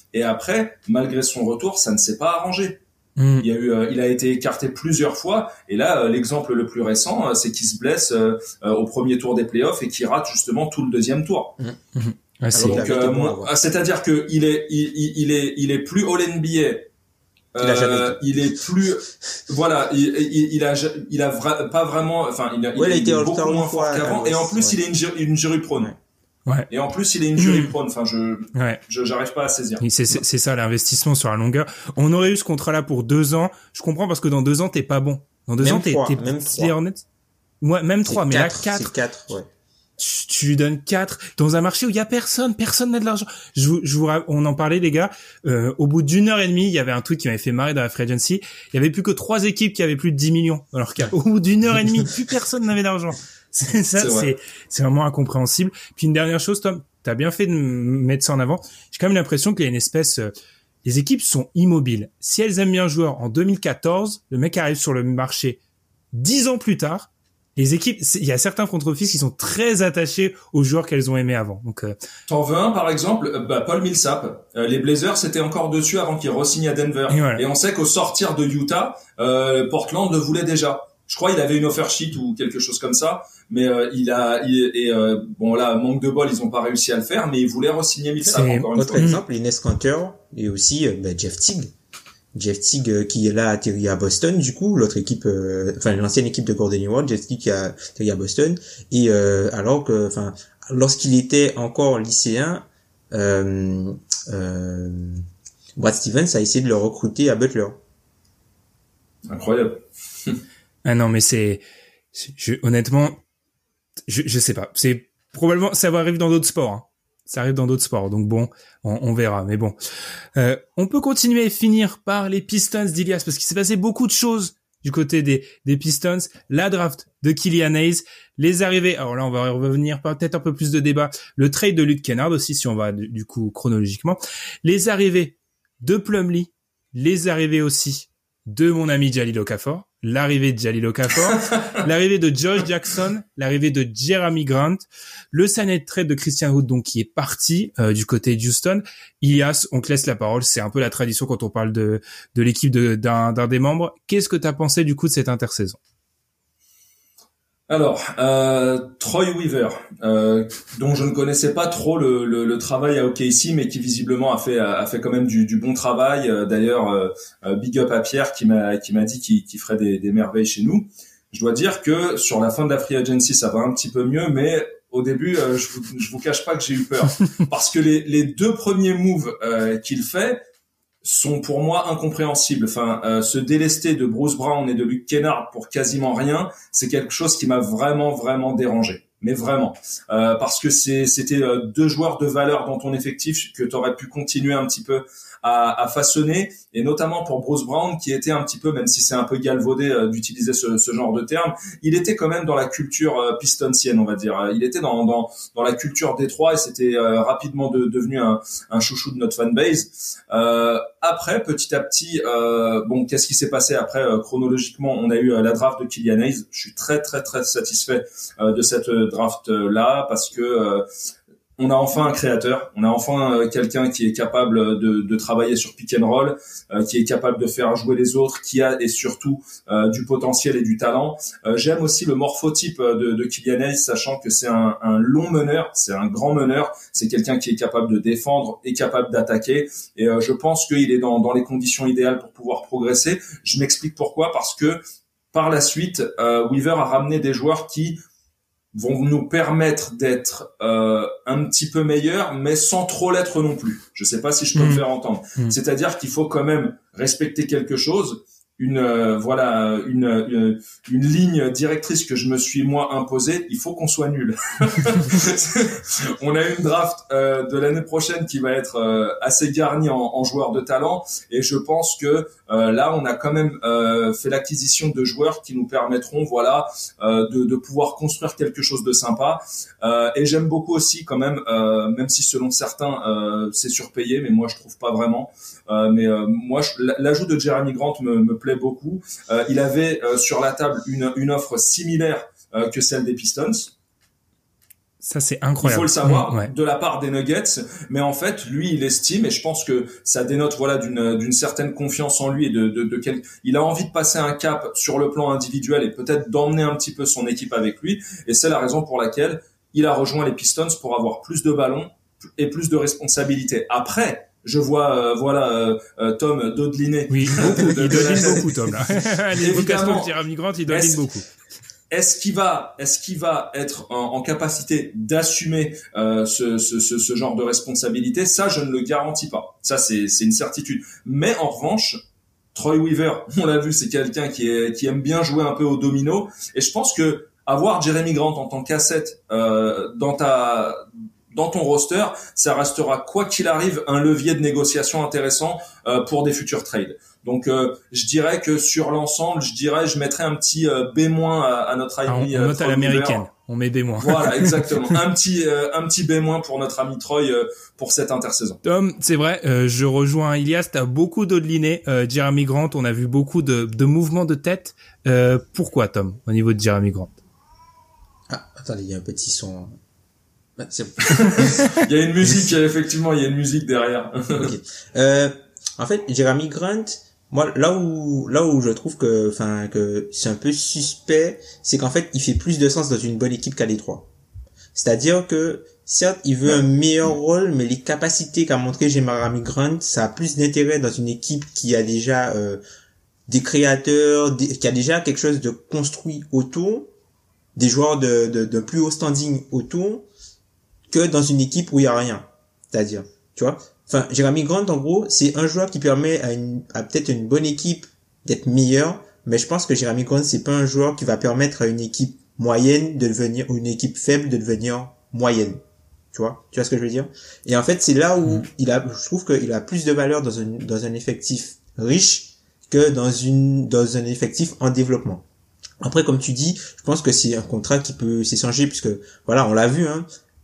Et après, malgré son retour, ça ne s'est pas arrangé. Mm. Il y a eu, euh, il a été écarté plusieurs fois. Et là, euh, l'exemple le plus récent, euh, c'est qu'il se blesse euh, euh, au premier tour des playoffs et qu'il rate justement tout le deuxième tour. Mm. Mm. Ouais, c'est... Donc, euh, moi, c'est-à-dire que il est, il, il, il est, il est plus All N B A. Il a jamais euh, il est plus, voilà, il, il, il a, il a vra- pas vraiment, enfin, il a, ouais, il, il a été est beaucoup moins fort qu'avant. Et en plus, ouais. il est injury, injury prone. Ouais. Et en plus, il est injury prone. Enfin, je, ouais. je, j'arrive pas à saisir. C'est, c'est, c'est ça, l'investissement sur la longueur. On aurait eu ce contrat-là pour deux ans. Je comprends parce que dans deux ans, t'es pas bon. Dans deux même ans, t'es, trois, t'es, même t'es les Hornets. Ouais, même trois, mais quatre, là, quatre. C'est quatre, ouais. Tu, tu lui donnes quatre dans un marché où il y a personne, personne n'a de l'argent. Je vous, je vous, on en parlait les gars. Euh, au bout d'une heure et demie, il y avait un tweet qui m'avait fait marrer dans la free agency. Il y avait plus que trois équipes qui avaient plus de dix millions dans leur cap. Au bout d'une heure et demie, plus personne n'avait d'argent. C'est ça, c'est, c'est, c'est vraiment incompréhensible. Puis une dernière chose, Tom, t'as bien fait de mettre ça en avant. J'ai quand même l'impression qu'il y a une espèce, euh, les équipes sont immobiles. Si elles aiment bien un joueur en deux mille quatorze, le mec arrive sur le marché dix ans plus tard. Les équipes, il y a certains front office qui sont très attachés aux joueurs qu'elles ont aimés avant. Donc, euh... t'en veux un par exemple, bah, Paul Millsap. Euh, les Blazers étaient encore dessus avant qu'il re-signe à Denver. Et, voilà. Et on sait qu'au sortir de Utah, euh, Portland le voulait déjà. Je crois qu'il avait une offer sheet ou quelque chose comme ça, mais euh, il a il, et euh, bon là manque de bol, ils ont pas réussi à le faire, mais ils voulaient re-signer Millsap et encore une autre fois. exemple, Ines Kanter et aussi euh, bah, Jeff Teague. Jeff Teague euh, qui est là atterri à Boston, du coup l'autre équipe, euh, enfin l'ancienne équipe de Gordon Hayward, Jeff Teague qui a atterri à Boston, et euh, alors que, enfin, lorsqu'il était encore lycéen, euh, euh, Brad Stevens a essayé de le recruter à Butler. Incroyable. Ah non, mais c'est, je, honnêtement, je, je sais pas. C'est probablement, ça va arriver dans d'autres sports. Hein. Ça arrive dans d'autres sports, donc bon, on, on verra. Mais bon, euh, on peut continuer et finir par les Pistons d'Ilias parce qu'il s'est passé beaucoup de choses du côté des, des Pistons. La draft de Killian Hayes, les arrivées. Alors là, on va revenir peut-être un peu plus de débat. Le trade de Luke Kennard aussi, si on va du, du coup chronologiquement. Les arrivées de Plumlee, les arrivées aussi de mon ami Jahlil Okafor, l'arrivée de Jahlil Okafor, l'arrivée de Josh Jackson, l'arrivée de Jeremy Grant, le sign trade de Christian Wood donc qui est parti euh, du côté de Houston. Ilias, on te laisse la parole, c'est un peu la tradition quand on parle de de l'équipe de, d'un d'un des membres. Qu'est-ce que tu as pensé du coup de cette intersaison? Alors, euh, Troy Weaver, euh, dont je ne connaissais pas trop le, le, le travail à O K C, mais qui visiblement a fait a fait quand même du, du bon travail. D'ailleurs, euh, big up à Pierre qui m'a qui m'a dit qu'il, qu'il ferait des, des merveilles chez nous. Je dois dire que sur la fin de la free agency, ça va un petit peu mieux, mais au début, euh, je vous je vous cache pas que j'ai eu peur parce que les les deux premiers moves euh, qu'il fait sont pour moi incompréhensibles. Enfin, euh, se délester de Bruce Brown et de Luke Kennard pour quasiment rien, c'est quelque chose qui m'a vraiment, vraiment dérangé. Mais vraiment. Euh, parce que c'est, c'était euh, deux joueurs de valeur dans ton effectif que tu aurais pu continuer un petit peu à, à façonner, et notamment pour Bruce Brown qui était un petit peu, même si c'est un peu galvaudé euh, d'utiliser ce, ce genre de terme, il était quand même dans la culture euh, pistonsienne, on va dire. Il était dans dans, dans la culture Détroit et c'était euh, rapidement de, devenu un, un chouchou de notre fanbase. Euh, après, petit à petit, euh, bon, qu'est-ce qui s'est passé après euh, chronologiquement? On a eu euh, la draft de Killian Hayes. Je suis très très très satisfait euh, de cette draft euh, là parce que euh, on a enfin un créateur, on a enfin euh, quelqu'un qui est capable de, de travailler sur pick and roll, euh, qui est capable de faire jouer les autres, qui a et surtout euh, du potentiel et du talent. Euh, j'aime aussi le morphotype de, de Killian Hayes, sachant que c'est un, un long meneur, c'est un grand meneur, c'est quelqu'un qui est capable de défendre et capable d'attaquer. Et euh, je pense qu'il est dans, dans les conditions idéales pour pouvoir progresser. Je m'explique pourquoi, parce que par la suite, euh, Weaver a ramené des joueurs qui vont nous permettre d'être euh, un petit peu meilleurs, mais sans trop l'être non plus. Je sais pas si je peux mmh. me faire entendre. Mmh. C'est-à-dire qu'il faut quand même respecter quelque chose, une euh, voilà une, une une ligne directrice que je me suis moi imposée. Il faut qu'on soit nul. On a une draft euh, de l'année prochaine qui va être euh, assez garnie en, en joueurs de talent, et je pense que euh, là on a quand même euh, fait l'acquisition de joueurs qui nous permettront voilà euh, de, de pouvoir construire quelque chose de sympa. Euh, et j'aime beaucoup aussi quand même, euh, même si selon certains euh, c'est surpayé, mais moi je trouve pas vraiment. Euh, mais euh, moi je, l'ajout de Jeremy Grant me, me plaît beaucoup. Euh, il avait euh, sur la table une, une offre similaire euh, que celle des Pistons. Ça, c'est incroyable. Il faut le savoir, mmh, ouais. de la part des Nuggets. Mais en fait, lui, il estime, et je pense que ça dénote, voilà, d'une, d'une certaine confiance en lui et de, de, de quel, il a envie de passer un cap sur le plan individuel et peut-être d'emmener un petit peu son équipe avec lui. Et c'est la raison pour laquelle il a rejoint les Pistons pour avoir plus de ballons et plus de responsabilités. Après, je vois, euh, voilà, euh, euh, Tom dodeliner. Oui, beaucoup. Il dodeline beaucoup, Tom, là. Les Évidemment. Jeremy Grant, il dodeline beaucoup. Est-ce qu'il va, est-ce qu'il va être en, en capacité d'assumer euh, ce, ce, ce, ce genre de responsabilité? Ça, je ne le garantis pas. Ça, c'est, c'est une certitude. Mais en revanche, Troy Weaver, on l'a vu, c'est quelqu'un qui, est, qui aime bien jouer un peu au domino. Et je pense que avoir Jeremy Grant en tant qu'asset euh, dans ta dans ton roster, ça restera quoi qu'il arrive un levier de négociation intéressant euh, pour des futurs trades. Donc euh, je dirais que sur l'ensemble, je dirais je mettrais un petit euh, B- à, à notre ami. Ah, on, on note euh, à l'américaine. On met B-. Voilà, exactement. un petit euh, un petit B- pour notre ami Troy euh, pour cette intersaison. Tom, c'est vrai, euh, je rejoins Ilias, t'as beaucoup dodeliné euh, Jeremy Grant, on a vu beaucoup de, de mouvements de tête. Euh, pourquoi, Tom, au niveau de Jeremy Grant? Ah, attendez, il y a un petit son. Ah, c'est bon. Il y a une musique, effectivement, il y a une musique derrière. Ok. Euh, en fait, Jeremy Grant, moi, là où, là où je trouve que, enfin, que c'est un peu suspect, c'est qu'en fait, il fait plus de sens dans une bonne équipe qu'à Détroit. C'est-à-dire que, certes, il veut un meilleur rôle, mais les capacités qu'a montré Jeremy Grant, ça a plus d'intérêt dans une équipe qui a déjà, euh, des créateurs, des, qui a déjà quelque chose de construit autour, des joueurs de, de, de plus haut standing autour, que dans une équipe où il y a rien. C'est-à-dire, tu vois, enfin, Jeremy Grant, en gros, c'est un joueur qui permet à une, à peut-être une bonne équipe d'être meilleure, mais je pense que Jeremy Grant, c'est pas un joueur qui va permettre à une équipe moyenne de devenir, ou une équipe faible de devenir moyenne. Tu vois? Tu vois ce que je veux dire? Et en fait, c'est là où mmh. il a, je trouve qu'il a plus de valeur dans un, dans un effectif riche que dans une, dans un effectif en développement. Après, comme tu dis, je pense que c'est un contrat qui peut s'échanger puisque, voilà, on l'a vu, hein.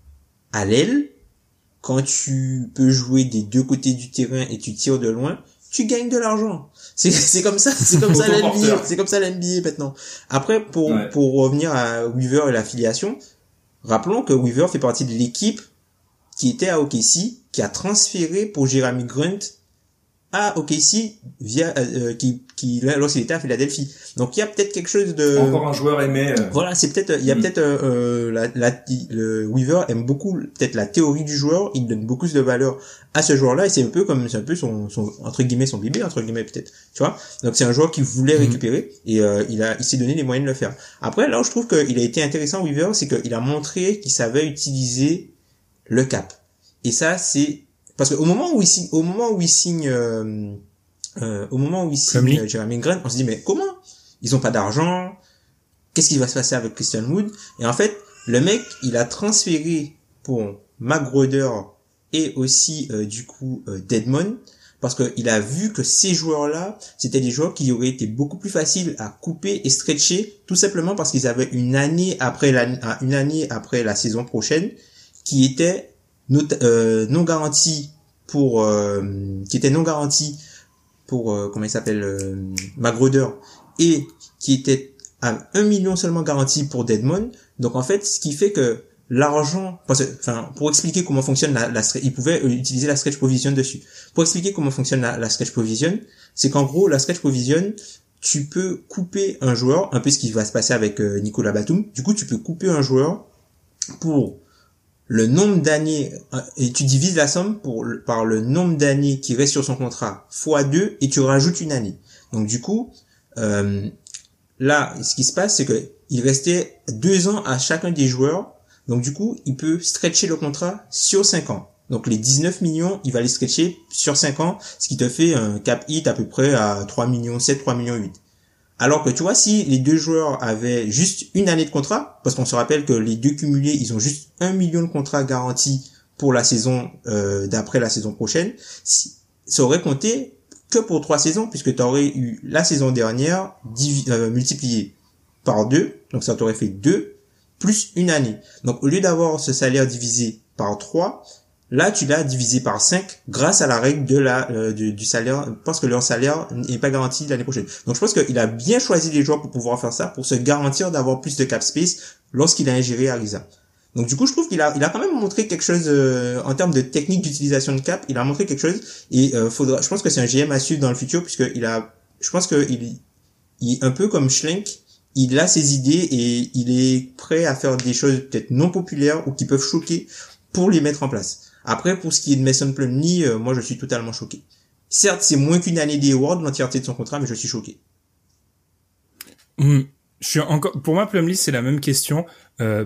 À l'aile, quand tu peux jouer des deux côtés du terrain et tu tires de loin, tu gagnes de l'argent. C'est, c'est comme ça, c'est comme ça l'N B A, c'est comme ça l'N B A maintenant. Après, pour, ouais. pour revenir à Weaver et l'affiliation, rappelons que Weaver fait partie de l'équipe qui était à O K C, qui a transféré pour Jeremy Grant à O K C via, euh, qui, qui, lorsqu'il était à Philadelphie. Donc il y a peut-être quelque chose de... Encore un joueur aimé. Euh... Voilà, c'est peut-être, il y a mm. peut-être, euh, la, la, le Weaver aime beaucoup, peut-être la théorie du joueur, il donne beaucoup de valeur à ce joueur-là, et c'est un peu comme, c'est un peu son, son, entre guillemets, son bébé, entre guillemets, peut-être. Tu vois? Donc c'est un joueur qu'il voulait mm. récupérer, et, euh, il a, il s'est donné les moyens de le faire. Après, là où je trouve qu'il a été intéressant, Weaver, c'est qu'il a montré qu'il savait utiliser le cap. Et ça, c'est, parce que au moment où il signe, au moment où il signe, euh, euh, au moment où il signe euh, Jeremy Grant, on se dit mais comment ils ont pas d'argent? Qu'est-ce qui va se passer avec Christian Wood? Et en fait, le mec, il a transféré pour McGruder et aussi euh, du coup euh, Dedmon parce que il a vu que ces joueurs-là, c'était des joueurs qui auraient été beaucoup plus faciles à couper et stretcher, tout simplement parce qu'ils avaient une année après la, une année après la saison prochaine qui était Not, euh, non garantie pour euh, qui était non garantie pour euh, comment il s'appelle euh, McGruder et qui était à un million seulement garanti pour Dedmon. Donc en fait, ce qui fait que l'argent, parce que enfin pour expliquer comment fonctionne la, la il pouvait utiliser la stretch provision dessus. Pour expliquer comment fonctionne la, la stretch provision, c'est qu'en gros la stretch provision, tu peux couper un joueur, un peu ce qui va se passer avec euh, Nicolas Batum. Du coup, tu peux couper un joueur pour le nombre d'années, et tu divises la somme pour, par le nombre d'années qui reste sur son contrat fois deux et tu rajoutes une année. Donc du coup, euh, là, ce qui se passe, c'est que il restait deux ans à chacun des joueurs. Donc du coup, il peut stretcher le contrat sur cinq ans. Donc les dix-neuf millions, il va les stretcher sur cinq ans, ce qui te fait un cap hit à peu près à trois millions sept, trois millions huit. Alors que tu vois, si les deux joueurs avaient juste une année de contrat, parce qu'on se rappelle que les deux cumulés, ils ont juste un million de contrats garantis pour la saison euh, d'après la saison prochaine, si, ça aurait compté que pour trois saisons, puisque tu aurais eu la saison dernière divi- euh, multiplié par deux, donc ça t'aurait fait deux, plus une année. Donc au lieu d'avoir ce salaire divisé par trois, là, tu l'as divisé par cinq grâce à la règle de la euh, du, du salaire, parce que leur salaire n'est pas garanti l'année prochaine. Donc, je pense qu'il a bien choisi les joueurs pour pouvoir faire ça, pour se garantir d'avoir plus de cap space lorsqu'il a ingéré Ariza. Donc du coup, je trouve qu'il a, il a quand même montré quelque chose euh, en termes de technique d'utilisation de cap. Il a montré quelque chose et euh, faudra. Je pense que c'est un G M à suivre dans le futur puisque il a. Je pense que il, il est un peu comme Schlenk. Il a ses idées et il est prêt à faire des choses peut-être non populaires ou qui peuvent choquer pour les mettre en place. Après, pour ce qui est de Mason Plumlee, euh, moi je suis totalement choqué. Certes, c'est moins qu'une année des Awards, l'entièreté de son contrat, mais je suis choqué. Mmh. Je suis encore. Pour moi, Plumlee, c'est la même question. Euh,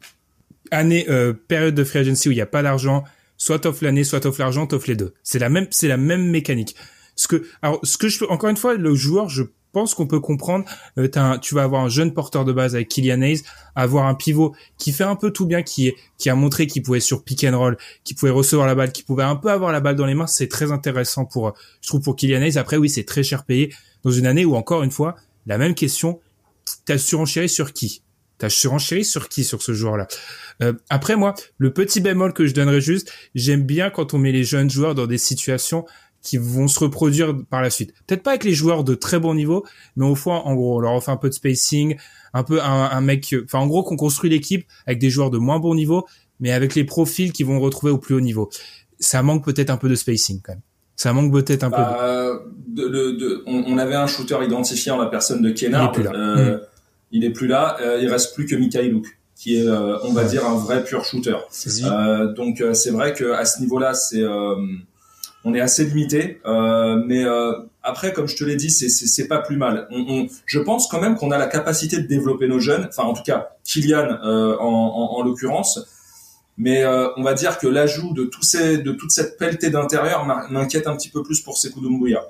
année, euh, période de free agency où il n'y a pas d'argent, soit t'offres l'année, soit t'offres l'argent, t'offres les deux. C'est la même, c'est la même mécanique. Ce que, alors, ce que je peux, encore une fois, le joueur, je pense qu'on peut comprendre. Euh, t'as un, tu vas avoir un jeune porteur de base avec Killian Hayes, avoir un pivot qui fait un peu tout bien, qui est, qui a montré qu'il pouvait sur pick and roll, qui pouvait recevoir la balle, qui pouvait un peu avoir la balle dans les mains. C'est très intéressant pour, je trouve, pour Killian Hayes. Après, oui, c'est très cher payé dans une année où, encore une fois, la même question, t'as surenchéri sur qui? T'as surenchéri sur qui sur ce joueur-là? Euh, après, moi, le petit bémol que je donnerais juste, j'aime bien quand on met les jeunes joueurs dans des situations qui vont se reproduire par la suite. Peut-être pas avec les joueurs de très bon niveau, mais au fond, en gros, on leur offre un peu de spacing, un peu un, un mec, enfin, en gros, qu'on construit l'équipe avec des joueurs de moins bon niveau, mais avec les profils qui vont retrouver au plus haut niveau. Ça manque peut-être un peu de spacing, quand même. Ça manque peut-être un bah, peu de... de, de, de on, on avait un shooter identifié en la personne de Kennard. Il est plus là. Euh, mmh. Il est plus là. Euh, il reste plus que Mikhailuk, qui est, euh, on va dire, un vrai pur shooter. Euh, donc, euh, c'est vrai que à ce niveau-là, c'est... Euh, on est assez limité, euh, mais euh, après, comme je te l'ai dit, c'est c'est, c'est pas plus mal. On, on, je pense quand même qu'on a la capacité de développer nos jeunes, enfin en tout cas Kylian euh, en, en, en l'occurrence. Mais euh, on va dire que l'ajout de tous ces, de toute cette pelletée d'intérieur m'inquiète un petit peu plus pour Sekou Doumbouya.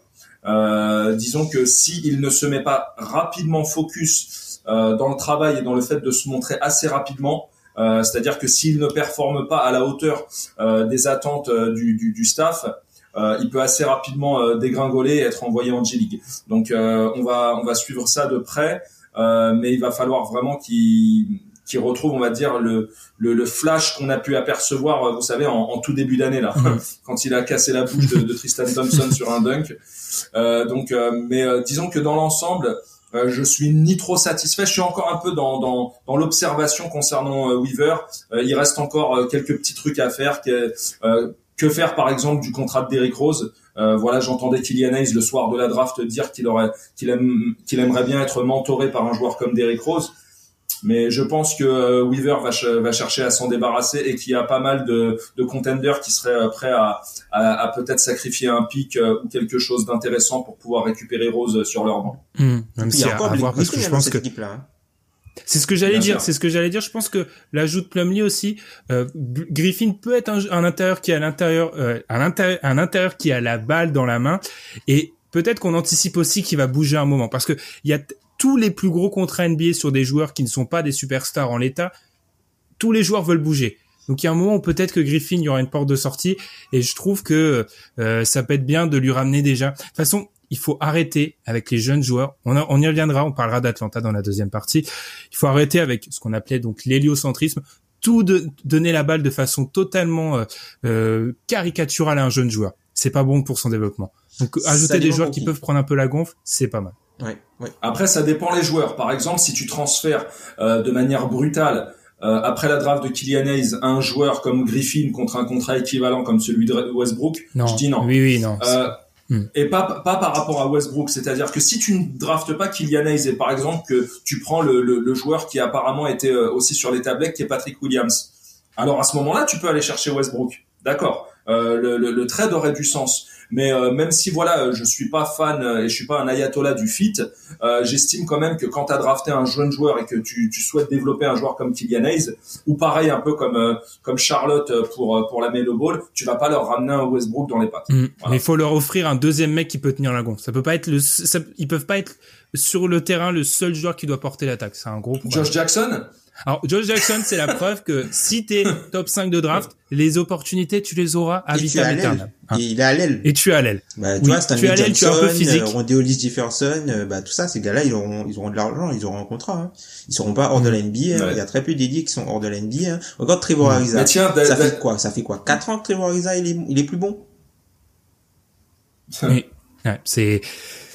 Euh, disons que si il ne se met pas rapidement focus euh, dans le travail et dans le fait de se montrer assez rapidement. Euh, c'est-à-dire que s'il ne performe pas à la hauteur euh, des attentes euh, du, du, du staff, euh, il peut assez rapidement euh, dégringoler et être envoyé en G-League. Donc euh, on va on va suivre ça de près, euh, mais il va falloir vraiment qu'il qu'il retrouve, on va dire, le le, le flash qu'on a pu apercevoir, vous savez, en, en tout début d'année là, mmh. quand il a cassé la bouche de, de Tristan Thompson sur un dunk. Euh, donc, euh, mais euh, disons que dans l'ensemble, Euh, je suis ni trop satisfait. Je suis encore un peu dans dans, dans l'observation concernant euh, Weaver. Euh, il reste encore euh, quelques petits trucs à faire. Que, euh, que faire par exemple du contrat de Derrick Rose? Euh, voilà, j'entendais Killian Hayes le soir de la draft dire qu'il aurait qu'il aime qu'il aimerait bien être mentoré par un joueur comme Derrick Rose. Mais je pense que euh, Weaver va, ch- va chercher à s'en débarrasser et qu'il y a pas mal de, de contenders qui seraient euh, prêts à, à, à peut-être sacrifier un pick euh, ou quelque chose d'intéressant pour pouvoir récupérer Rose sur leur banc. Mmh, même si à, à voir, parce que je pense que hein. c'est ce que j'allais Bien dire. sûr. C'est ce que j'allais dire. Je pense que l'ajout de Plumlee aussi, euh, Griffin peut être un, un intérieur qui a l'intérieur, euh, un intérieur, un intérieur qui a la balle dans la main et peut-être qu'on anticipe aussi qu'il va bouger un moment parce que il y a t- tous les plus gros contrats N B A sur des joueurs qui ne sont pas des superstars en l'état, tous les joueurs veulent bouger. Donc il y a un moment où peut-être que Griffin, il y aura une porte de sortie et je trouve que euh, ça peut être bien de lui ramener déjà. De toute façon, il faut arrêter avec les jeunes joueurs. On, a, on y reviendra, on parlera d'Atlanta dans la deuxième partie. Il faut arrêter avec ce qu'on appelait donc l'héliocentrisme, tout de, donner la balle de façon totalement euh, euh, caricaturale à un jeune joueur. C'est pas bon pour son développement. Donc ajouter des joueurs qui peuvent prendre un peu la gonfle, c'est pas mal. Ouais, ouais. Après, ça dépend les joueurs. Par exemple, si tu transfères euh, de manière brutale euh, après la draft de Killian Hayes un joueur comme Griffin contre un contrat équivalent comme celui de Westbrook, non. je dis non. Oui, oui, non. Euh, hmm. Et pas pas par rapport à Westbrook, c'est-à-dire que si tu ne draftes pas Killian Hayes et par exemple que tu prends le, le, le joueur qui apparemment était aussi sur les tablettes, qui est Patrick Williams, alors à ce moment-là, tu peux aller chercher Westbrook. D'accord. Euh, le, le, le trade aurait du sens. Mais euh, même si voilà, je suis pas fan euh, et je suis pas un ayatollah du fit, euh, j'estime quand même que quand tu as drafté un jeune joueur et que tu, tu souhaites développer un joueur comme Killian Hayes, ou pareil un peu comme euh, comme Charlotte pour pour la Melo Ball, tu vas pas leur ramener un Westbrook dans les pattes. Mmh. Voilà. Mais il faut leur offrir un deuxième mec qui peut tenir la gonfle. Ça peut pas être le, ça, ils peuvent pas être sur le terrain le seul joueur qui doit porter l'attaque. C'est un gros problème. Josh Jackson. Alors, Josh Jackson, c'est la preuve que si t'es top cinq de draft, les opportunités, tu les auras à vitam aeternam. Hein. Et il est à l'aile. Et tu es à l'aile. Bah, tu oui, vois, Stanley tu es à l'aile, tu es un peu physique. Euh, Rondae Hollis Jefferson, euh, bah, tout ça, ces gars-là, ils auront, ils auront de l'argent, ils auront un contrat, hein. Ils seront pas hors de la N B A, hein. Ouais. Il y a très peu d'édits qui sont hors de la N B A, hein. Encore Trevor mmh. Ariza. Tiens, ça fait quoi? Ça fait quoi? quatre ans que Trevor Ariza, il est, il est plus bon? Oui. Ouais, c'est,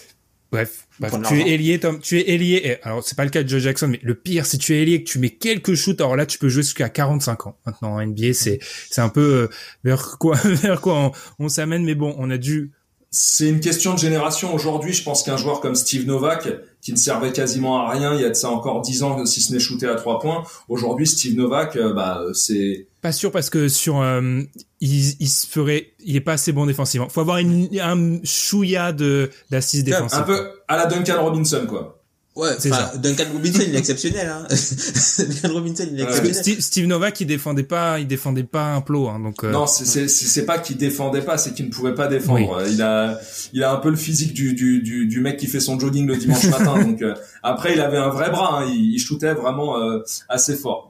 Bref, bref tu es ailier, Tom, tu es ailier. Et alors, c'est pas le cas de Joe Jackson, mais le pire, si tu es ailier et que tu mets quelques shoots, alors là, tu peux jouer jusqu'à quarante-cinq ans. Maintenant, en N B A, c'est, c'est un peu euh, vers quoi, vers quoi on, on s'amène. Mais bon, on a dû. C'est une question de génération. Aujourd'hui, je pense qu'un joueur comme Steve Novak, qui ne servait quasiment à rien il y a de ça encore dix ans, si ce n'est shooté à trois points, aujourd'hui, Steve Novak, euh, bah, c'est... Pas sûr parce que sur, euh, il, il se ferait, il est pas assez bon défensivement. Faut avoir une, un chouïa de, d'assises défensives. Un peu à la Duncan Robinson, quoi. Ouais, c'est ça. Duncan Robinson, il est exceptionnel, hein. Duncan Robinson, il est exceptionnel. Steve, Steve Novak, il défendait pas, il défendait pas un plot, hein, donc. Euh... Non, c'est, c'est, c'est pas qu'il défendait pas, c'est qu'il ne pouvait pas défendre. Oui. Il a, il a un peu le physique du, du, du, du mec qui fait son jogging le dimanche matin. Donc euh, après, il avait un vrai bras, hein, il, il shootait vraiment euh, assez fort.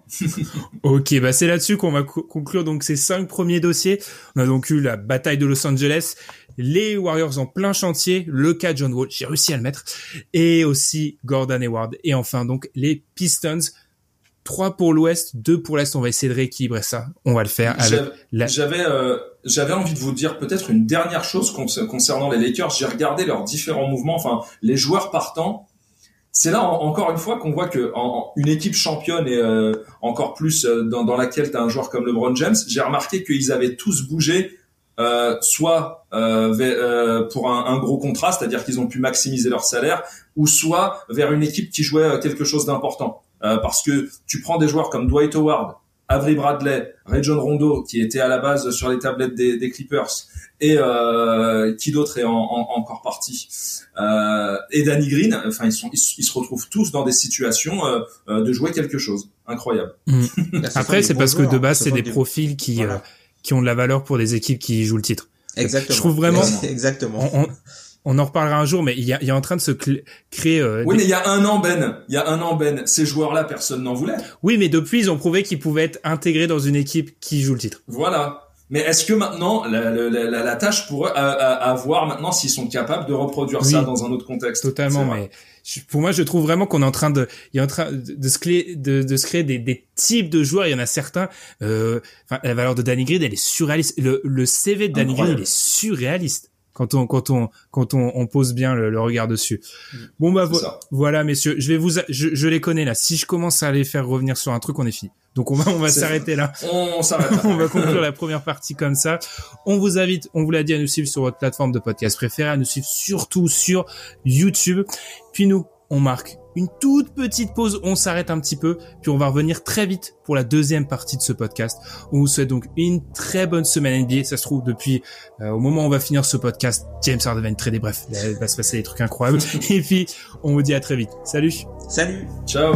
Ok, bah c'est là-dessus qu'on va co- conclure donc ces cinq premiers dossiers. On a donc eu la bataille de Los Angeles. Les Warriors en plein chantier, le cas John Wall, j'ai réussi à le mettre, et aussi Gordon Hayward, et enfin donc les Pistons, trois pour l'Ouest, deux pour l'Est, on va essayer de rééquilibrer ça, on va le faire avec j'avais, la... J'avais, euh, j'avais envie de vous dire peut-être une dernière chose concernant les Lakers, j'ai regardé leurs différents mouvements, enfin les joueurs partants, c'est là en, encore une fois qu'on voit que en, en, une équipe championne et euh, encore plus euh, dans, dans laquelle tu as un joueur comme LeBron James, j'ai remarqué qu'ils avaient tous bougé Euh, soit euh, vers, euh, pour un, un gros contrat, c'est-à-dire qu'ils ont pu maximiser leur salaire, ou soit vers une équipe qui jouait quelque chose d'important. Euh, parce que tu prends des joueurs comme Dwight Howard, Avery Bradley, Rajon Rondo, qui étaient à la base sur les tablettes des, des Clippers, et euh, qui d'autre est en, en, encore parti, euh, et Danny Green. Enfin, ils sont, ils, ils se retrouvent tous dans des situations euh, euh, de jouer quelque chose. Incroyable. Mmh. Après, c'est parce joueurs, que de base, c'est des, des profils qui voilà. euh, qui ont de la valeur pour des équipes qui jouent le titre. Exactement. Je trouve vraiment. Exactement. On, on, on en reparlera un jour, mais il y a, il y a en train de se cl- créer. Euh, oui, des... mais il y a un an, Ben. Il y a un an, Ben. Ces joueurs-là, personne n'en voulait. Oui, mais depuis, ils ont prouvé qu'ils pouvaient être intégrés dans une équipe qui joue le titre. Voilà. Mais est-ce que maintenant, la, la, la, la tâche pour eux, à, à, à voir maintenant s'ils sont capables de reproduire oui, ça dans un autre contexte. Totalement, mais je, pour moi, je trouve vraiment qu'on est en train de, il est en train de, de se créer, de, de se créer des, des types de joueurs. Il y en a certains, euh, enfin, la valeur de Danny Green, elle est surréaliste. Le, le C V de Danny Green, il est surréaliste. Quand on, quand on, quand on, on pose bien le, le regard dessus. Mmh. Bon, bah, vo- voilà, messieurs. Je vais vous, je, je les connais, là. Si je commence à les faire revenir sur un truc, on est fini. Donc, on va, on va C'est s'arrêter ça. là. On s'arrête là. On va conclure la première partie comme ça. On vous invite, on vous l'a dit, à nous suivre sur votre plateforme de podcast préférée, à nous suivre surtout sur YouTube. Puis nous, on marque une toute petite pause, on s'arrête un petit peu, puis on va revenir très vite pour la deuxième partie de ce podcast. On vous souhaite donc une très bonne semaine N B A. Ça se trouve, depuis euh, au moment où on va finir ce podcast, James Harden va être très bref, il va se passer des trucs incroyables. Et puis, on vous dit à très vite. Salut. Salut. Ciao.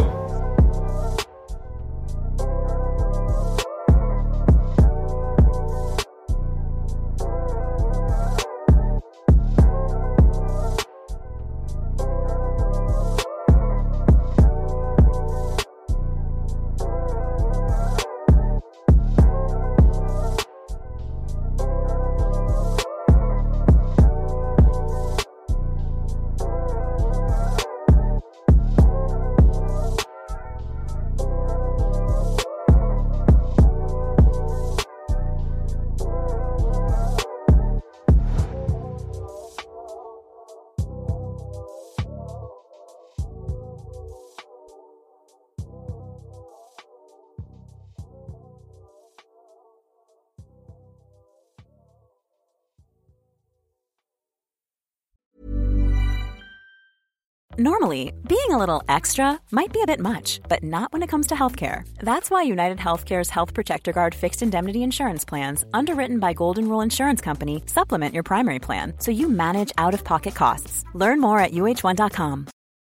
Normally, being a little extra might be a bit much, but not when it comes to healthcare. That's why United Healthcare's Health Protector Guard fixed indemnity insurance plans, underwritten by Golden Rule Insurance Company, supplement your primary plan so you manage out-of-pocket costs. Learn more at U H one dot com.